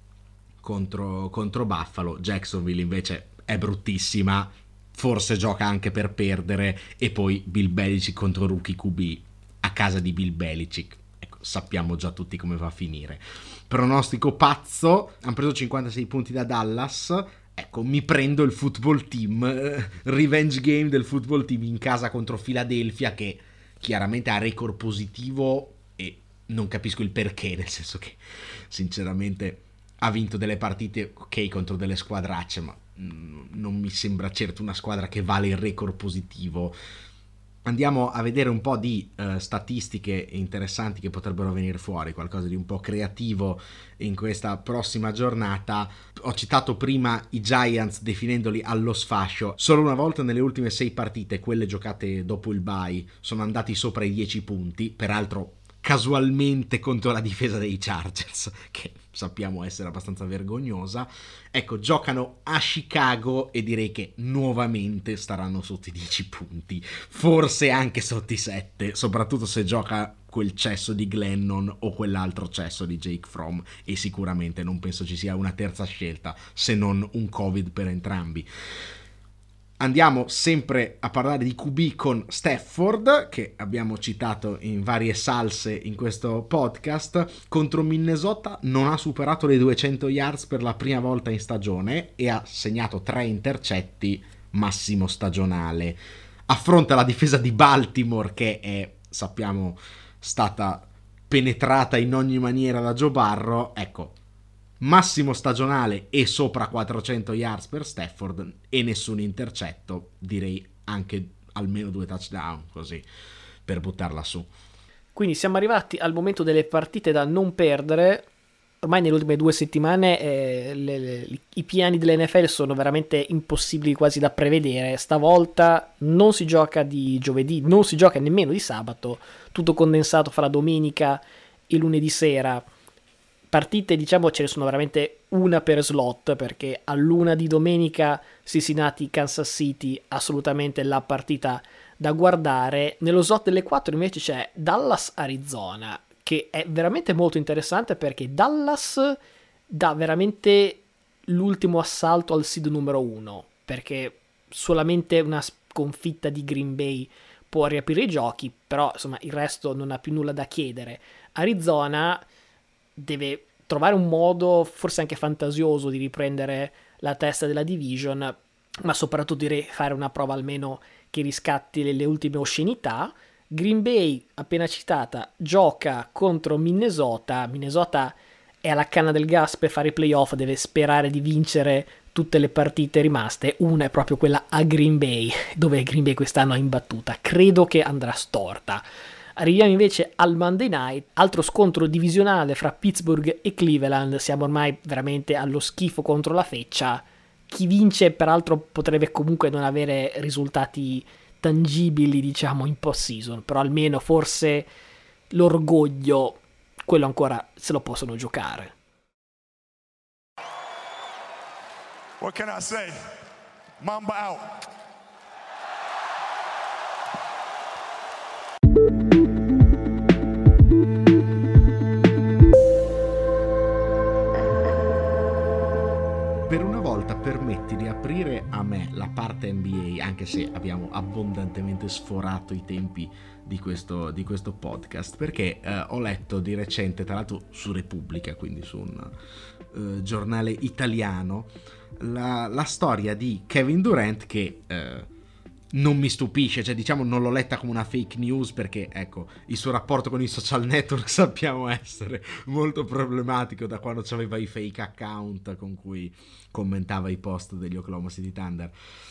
contro Buffalo, Jacksonville invece è bruttissima, forse gioca anche per perdere, e poi Bill Belichick contro rookie QB a casa di Bill Belichick. Sappiamo già tutti come va a finire. Pronostico pazzo: hanno preso 56 punti da Dallas. Ecco, mi prendo il football team, revenge game del football team in casa contro Philadelphia, che chiaramente ha record positivo e non capisco il perché, nel senso che sinceramente ha vinto delle partite ok contro delle squadracce, ma non mi sembra certo una squadra che vale il record positivo. Andiamo a vedere un po' di statistiche interessanti che potrebbero venire fuori, qualcosa di un po' creativo in questa prossima giornata. Ho citato prima i Giants definendoli allo sfascio. Solo una volta nelle ultime 6 partite, quelle giocate dopo il bye, sono andati sopra i 10 punti, peraltro casualmente contro la difesa dei Chargers, che sappiamo essere abbastanza vergognosa. Ecco, giocano a Chicago e direi che nuovamente staranno sotto i 10 punti, forse anche sotto i 7, soprattutto se gioca quel cesso di Glennon o quell'altro cesso di Jake Fromm, e sicuramente non penso ci sia una terza scelta se non un Covid per entrambi. Andiamo sempre a parlare di QB con Stafford, che abbiamo citato in varie salse in questo podcast. Contro Minnesota non ha superato le 200 yards per la prima volta in stagione e ha segnato 3 intercetti, massimo stagionale. Affronta la difesa di Baltimore, che è, sappiamo, stata penetrata in ogni maniera da Joe Burrow. Ecco, massimo stagionale e sopra 400 yards per Stafford e nessun intercetto, direi anche almeno 2 touchdown, così per buttarla su. Quindi siamo arrivati al momento delle partite da non perdere. Ormai nelle ultime 2 settimane i piani dell'NFL sono veramente impossibili quasi da prevedere. Stavolta non si gioca di giovedì, non si gioca nemmeno di sabato, tutto condensato fra domenica e lunedì sera. Partite, diciamo, ce ne sono veramente una per slot, perché all'1 di domenica Cincinnati-Kansas City, assolutamente la partita da guardare. Nello slot delle 4 invece c'è Dallas-Arizona, che è veramente molto interessante perché Dallas dà veramente l'ultimo assalto al seed numero 1, perché solamente una sconfitta di Green Bay può riaprire i giochi, però insomma il resto non ha più nulla da chiedere. Arizona deve trovare un modo, forse anche fantasioso, di riprendere la testa della division, ma soprattutto direi fare una prova almeno che riscatti le ultime oscenità. Green Bay, appena citata, gioca contro Minnesota. Minnesota è alla canna del gas per fare i playoff, deve sperare di vincere tutte le partite rimaste. Una è proprio quella a Green Bay, dove Green Bay quest'anno è imbattuta. Credo che andrà storta. Arriviamo invece al Monday Night, altro scontro divisionale fra Pittsburgh e Cleveland. Siamo ormai veramente allo schifo contro la feccia. Chi vince, peraltro, potrebbe comunque non avere risultati tangibili, diciamo, in post-season, però almeno forse l'orgoglio, quello ancora se lo possono giocare. What can I say? Mamba out. Per una volta permetti di aprire a me la parte NBA, anche se abbiamo abbondantemente sforato i tempi di questo podcast, perché ho letto di recente, tra l'altro su Repubblica, quindi su un giornale italiano, la storia di Kevin Durant che non mi stupisce, cioè diciamo non l'ho letta come una fake news, perché ecco, il suo rapporto con i social network sappiamo essere molto problematico da quando c'aveva i fake account con cui commentava i post degli Oklahoma City Thunder.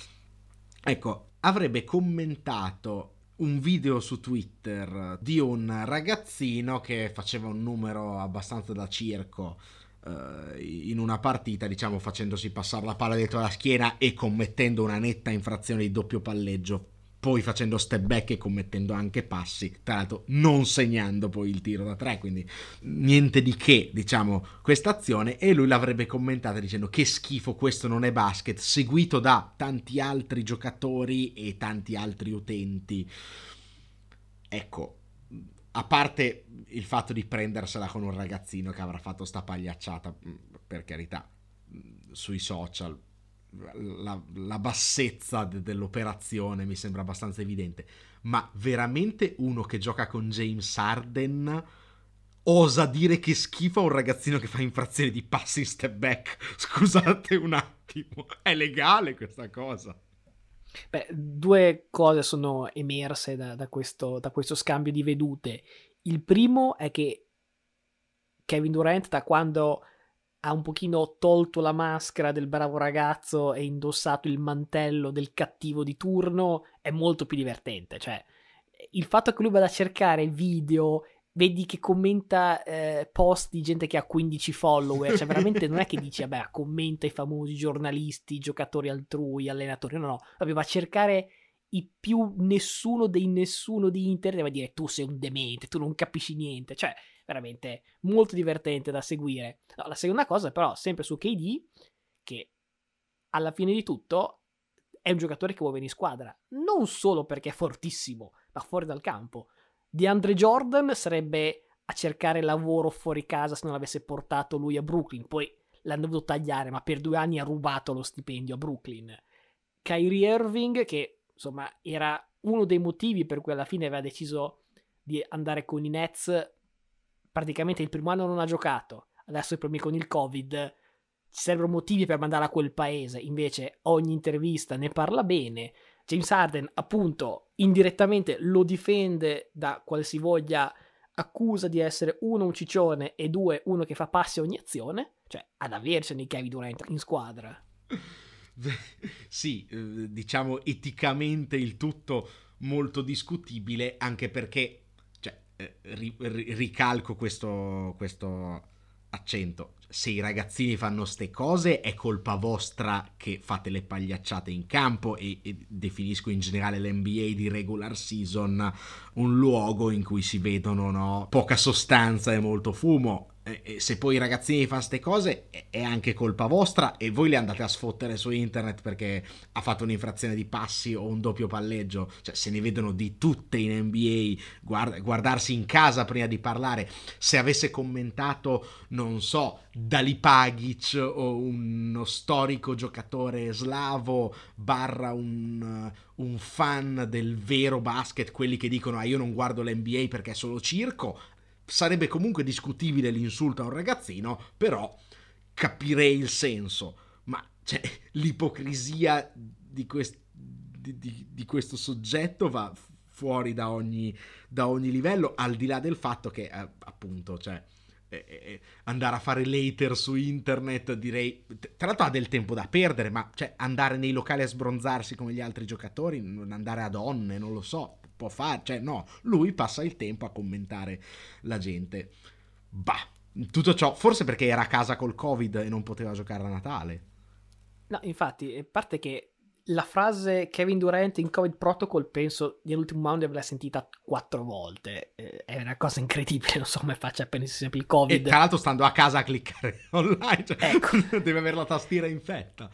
Ecco, avrebbe commentato un video su Twitter di un ragazzino che faceva un numero abbastanza da circo in una partita, diciamo facendosi passare la palla dietro la schiena e commettendo una netta infrazione di doppio palleggio, poi facendo step back e commettendo anche passi, tra l'altro non segnando poi il tiro da tre, quindi niente di che, diciamo, questa azione. E lui l'avrebbe commentata dicendo: che schifo, questo non è basket, seguito da tanti altri giocatori e tanti altri utenti. Ecco, a parte il fatto di prendersela con un ragazzino che avrà fatto sta pagliacciata, per carità, sui social, la bassezza dell'operazione mi sembra abbastanza evidente, ma veramente uno che gioca con James Harden osa dire che schifo a un ragazzino che fa infrazioni di passi in step back? Scusate un attimo, è legale questa cosa? Beh, due cose sono emerse da questo scambio di vedute. Il primo è che Kevin Durant, da quando ha un pochino tolto la maschera del bravo ragazzo e indossato il mantello del cattivo di turno, è molto più divertente. Cioè, il fatto che lui vada a cercare video, vedi che commenta post di gente che ha 15 follower, cioè veramente non è che dici vabbè, commenta i famosi giornalisti, giocatori altrui, allenatori, no, proprio va a cercare i più nessuno di internet e va a dire tu sei un demente, tu non capisci niente, cioè veramente molto divertente da seguire. No, la seconda cosa però, sempre su KD, che alla fine di tutto è un giocatore che vuole venire in squadra, non solo perché è fortissimo, ma fuori dal campo. DeAndre Jordan sarebbe a cercare lavoro fuori casa se non avesse portato lui a Brooklyn, poi l'hanno dovuto tagliare, ma per 2 anni ha rubato lo stipendio a Brooklyn. Kyrie Irving, che insomma era uno dei motivi per cui alla fine aveva deciso di andare con i Nets, praticamente il primo anno non ha giocato, adesso i problemi con il Covid, ci servono motivi per mandare a quel paese, invece ogni intervista ne parla bene. James Harden appunto indirettamente lo difende da qualsivoglia accusa di essere uno un ciccione e due uno che fa passi a ogni azione, cioè ad avercene Kevin Durant in squadra. Sì, diciamo eticamente il tutto molto discutibile, anche perché cioè, ricalco questo accento: se i ragazzini fanno ste cose è colpa vostra che fate le pagliacciate in campo, e definisco in generale l'NBA di regular season un luogo in cui si vedono, no, poca sostanza e molto fumo. E se poi i ragazzini fanno ste cose è anche colpa vostra e voi le andate a sfottere su internet perché ha fatto un'infrazione di passi o un doppio palleggio. Cioè, se ne vedono di tutte in NBA, guardarsi in casa prima di parlare. Se avesse commentato, non so, Dalipagic o uno storico giocatore slavo barra un fan del vero basket, quelli che dicono io non guardo l'NBA perché è solo circo, sarebbe comunque discutibile l'insulto a un ragazzino, però capirei il senso. Ma cioè, l'ipocrisia di questo soggetto va fuori da ogni livello, al di là del fatto che appunto, cioè, andare a fare later su internet, direi, tra l'altro ha del tempo da perdere, ma cioè, andare nei locali a sbronzarsi come gli altri giocatori, non andare a donne, non lo so, può fare, cioè no, lui passa il tempo a commentare la gente. Bah, tutto ciò forse perché era a casa col Covid e non poteva giocare a Natale. No, infatti, a parte che la frase Kevin Durant in Covid Protocol penso nell'ultimo round avrà sentita 4 volte. È una cosa incredibile, non so come faccia appena si sente il Covid. E tra l'altro stando a casa a cliccare online, cioè, ecco. Deve avere la tastiera infetta.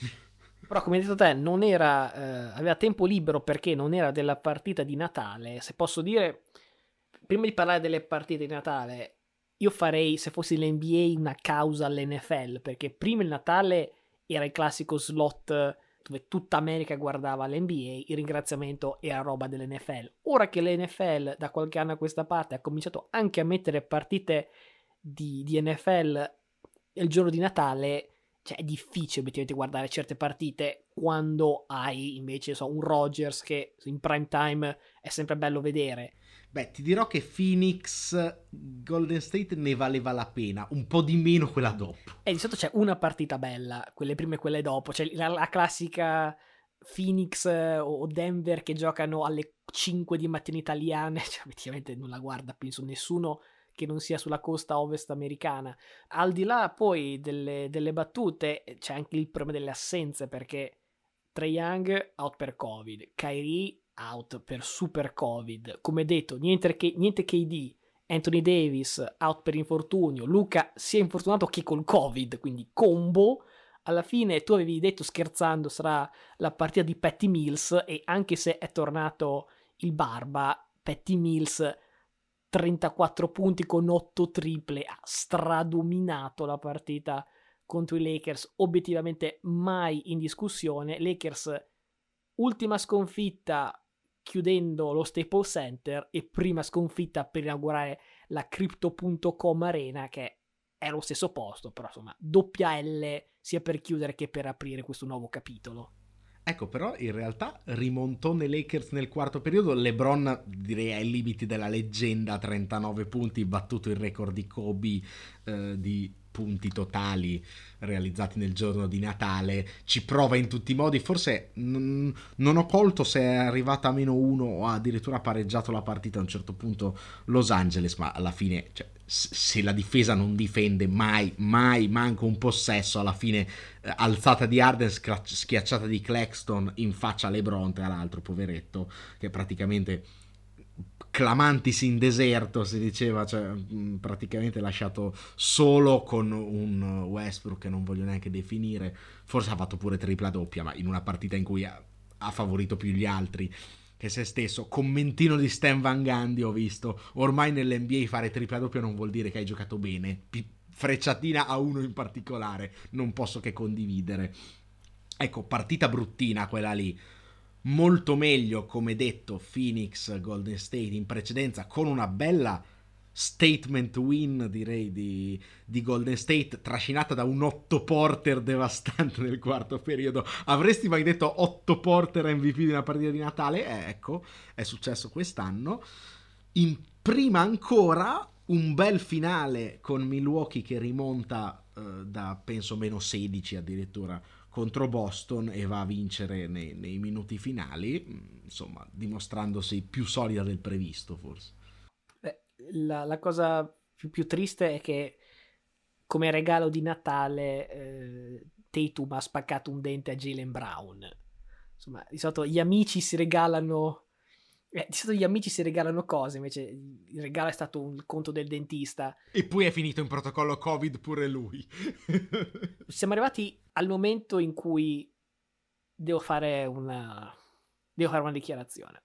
Però come hai detto te, non era, aveva tempo libero perché non era della partita di Natale. Se posso dire, prima di parlare delle partite di Natale, io farei, se fossi l'NBA, una causa all'NFL, perché prima il Natale era il classico slot dove tutta America guardava l'NBA, il ringraziamento era roba dell'NFL. Ora che l'NFL da qualche anno a questa parte ha cominciato anche a mettere partite di NFL il giorno di Natale, cioè è difficile obiettivamente guardare certe partite quando hai invece un Rodgers che in prime time è sempre bello vedere. Beh, ti dirò che Phoenix Golden State ne valeva la pena, un po' di meno quella dopo. E di solito c'è una partita bella, quelle prime e quelle dopo, c'è la classica Phoenix o Denver che giocano alle 5 di mattina italiane, cioè effettivamente non la guarda penso nessuno che non sia sulla costa ovest americana. Al di là poi delle battute c'è anche il problema delle assenze, perché Trae Young out per Covid, Kyrie out per super Covid, come detto niente KD, Anthony Davis out per infortunio, Luka sia infortunato che col Covid, quindi combo. Alla fine tu avevi detto scherzando sarà la partita di Patty Mills, e anche se è tornato il Barba, Patty Mills 34 punti con 8 triple, ha stradominato la partita contro i Lakers, obiettivamente mai in discussione. Lakers ultima sconfitta chiudendo lo Staples Center e prima sconfitta per inaugurare la Crypto.com Arena, che è allo stesso posto, però insomma doppia L sia per chiudere che per aprire questo nuovo capitolo. Ecco, però in realtà rimontone Lakers nel quarto periodo, LeBron direi ai limiti della leggenda, 39 punti, battuto il record di Kobe di punti totali realizzati nel giorno di Natale, ci prova in tutti i modi, forse non ho colto se è arrivata a -1 o addirittura ha pareggiato la partita a un certo punto Los Angeles, ma alla fine cioè, se la difesa non difende mai manco un possesso, alla fine alzata di Harden, schiacciata di Claxton in faccia a LeBron, tra l'altro poveretto, che praticamente clamantis in deserto si diceva, cioè praticamente lasciato solo con un Westbrook che non voglio neanche definire, forse ha fatto pure tripla doppia, ma in una partita in cui ha favorito più gli altri che se stesso. Commentino di Stan Van Gundy ho visto, ormai nell'NBA fare tripla doppia non vuol dire che hai giocato bene, frecciatina a uno in particolare, non posso che condividere. Ecco, partita bruttina quella lì. Molto meglio, come detto, Phoenix Golden State in precedenza, con una bella statement win direi di Golden State, trascinata da un Otto Porter devastante nel quarto periodo. Avresti mai detto Otto Porter MVP di una partita di Natale? Ecco, è successo quest'anno. In prima ancora un bel finale con Milwaukee che rimonta da penso -16 addirittura contro Boston e va a vincere nei minuti finali, insomma dimostrandosi più solida del previsto forse. Beh, la cosa più triste è che come regalo di Natale Tatum ha spaccato un dente a Jaylen Brown. Insomma, di solito gli amici si regalano Di solito gli amici si regalano cose, invece il regalo è stato un conto del dentista. E poi è finito in protocollo Covid pure lui. Siamo arrivati al momento in cui devo fare una dichiarazione.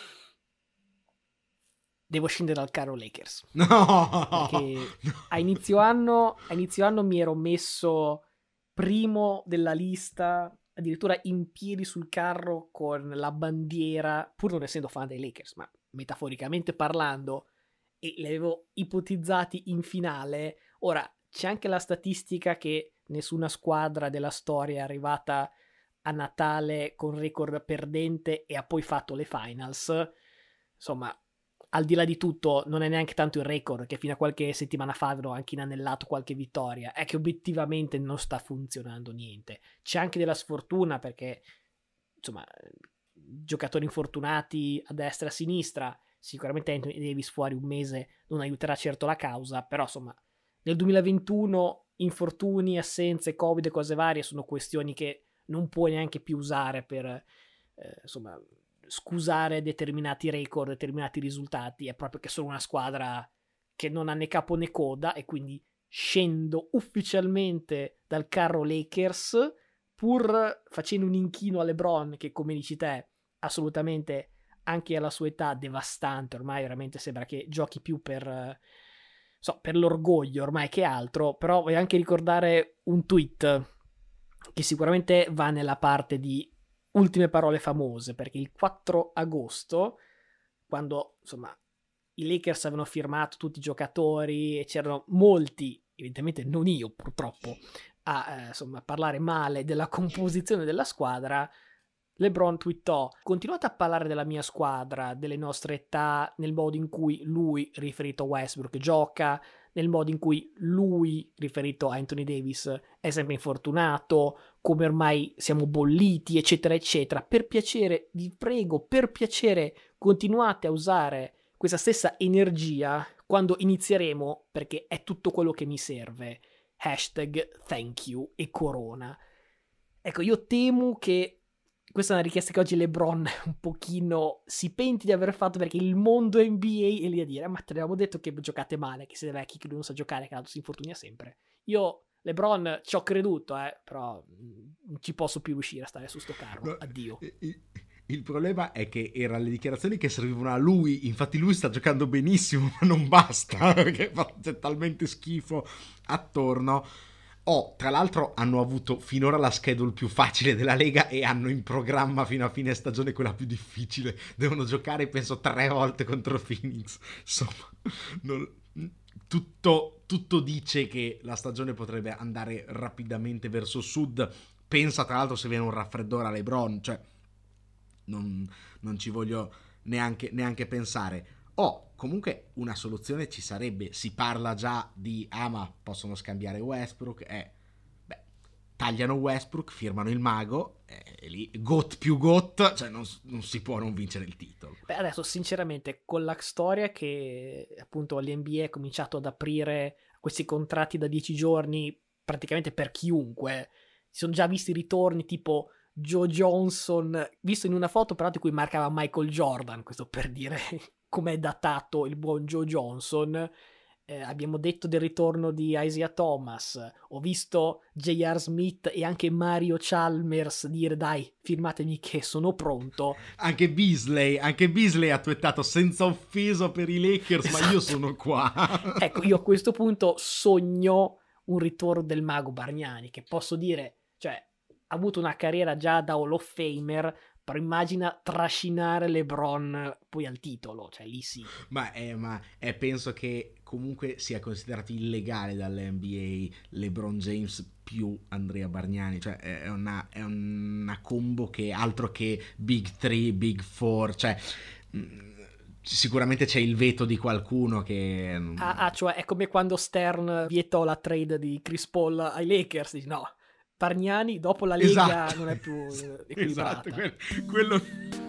Devo scendere dal carro Lakers. No! Perché a inizio anno mi ero messo primo della lista, addirittura in piedi sul carro con la bandiera, pur non essendo fan dei Lakers, ma metaforicamente parlando, e li avevo ipotizzati in finale. Ora, c'è anche la statistica che nessuna squadra della storia è arrivata a Natale con record perdente e ha poi fatto le finals. Insomma, al di là di tutto, non è neanche tanto il record, che fino a qualche settimana fa avevo anche inanellato qualche vittoria, è che obiettivamente non sta funzionando niente. C'è anche della sfortuna, perché insomma, giocatori infortunati a destra e a sinistra, sicuramente Anthony Davis fuori un mese non aiuterà certo la causa, però insomma, nel 2021 infortuni, assenze, Covid e cose varie sono questioni che non puoi neanche più usare per insomma, scusare determinati record, determinati risultati. È proprio che sono una squadra che non ha né capo né coda, e quindi scendo ufficialmente dal carro Lakers, pur facendo un inchino a LeBron, che come dici te assolutamente anche alla sua età devastante, ormai veramente sembra che giochi più per l'orgoglio ormai che altro. Però voglio anche ricordare un tweet che sicuramente va nella parte di ultime parole famose, perché il 4 agosto, quando insomma i Lakers avevano firmato tutti i giocatori e c'erano molti, evidentemente non io purtroppo, a parlare male della composizione della squadra, LeBron twittò: continuate a parlare della mia squadra, delle nostre età, nel modo in cui lui, riferito a Westbrook, gioca, nel modo in cui lui, riferito a Anthony Davis, è sempre infortunato, come ormai siamo bolliti, eccetera, eccetera. Per piacere, vi prego, per piacere, continuate a usare questa stessa energia quando inizieremo, perché è tutto quello che mi serve. #thank you e corona. Ecco, io temo che questa è una richiesta che oggi LeBron un pochino si penti di aver fatto, perché il mondo NBA è lì a dire: ma te l'avevamo detto che giocate male, che siete vecchi, che non sa giocare, che l'altro si infortunia sempre. Io, LeBron, ci ho creduto, però non ci posso più riuscire a stare su sto carro. No, addio. Il problema è che erano le dichiarazioni che servivano a lui, infatti lui sta giocando benissimo, ma non basta, perché c'è talmente schifo attorno. Tra l'altro hanno avuto finora la schedule più facile della Lega e hanno in programma fino a fine stagione quella più difficile. Devono giocare penso 3 volte contro Phoenix. Insomma, tutto dice che la stagione potrebbe andare rapidamente verso sud. Pensa tra l'altro se viene un raffreddore a LeBron, cioè non ci voglio neanche pensare. Comunque una soluzione ci sarebbe. Si parla già di ma possono scambiare Westbrook, tagliano Westbrook, firmano il mago, e lì GOAT più GOAT, cioè non si può non vincere il titolo. Adesso sinceramente, con la storia che appunto l'NBA ha cominciato ad aprire questi contratti da 10 giorni praticamente per chiunque, si sono già visti ritorni tipo Joe Johnson, visto in una foto peraltro in cui marcava Michael Jordan, questo per dire com'è datato il buon Joe Johnson. Abbiamo detto del ritorno di Isaiah Thomas, ho visto J.R. Smith e anche Mario Chalmers dire: dai, firmatemi che sono pronto. Anche Beasley ha twittato: senza offesa per i Lakers, esatto, ma io sono qua. Ecco, io a questo punto sogno un ritorno del mago Bargnani, che posso dire, cioè, ha avuto una carriera già da Hall of Famer, però immagina trascinare LeBron poi al titolo, cioè lì sì. Ma penso che comunque sia considerato illegale dall'NBA LeBron James più Andrea Bargnani, cioè è una combo che altro che Big 3, Big 4, cioè sicuramente c'è il veto di qualcuno che... cioè è come quando Stern vietò la trade di Chris Paul ai Lakers, no, Bargnani dopo la Lega, esatto, non è più equilibrata. Esatto, quello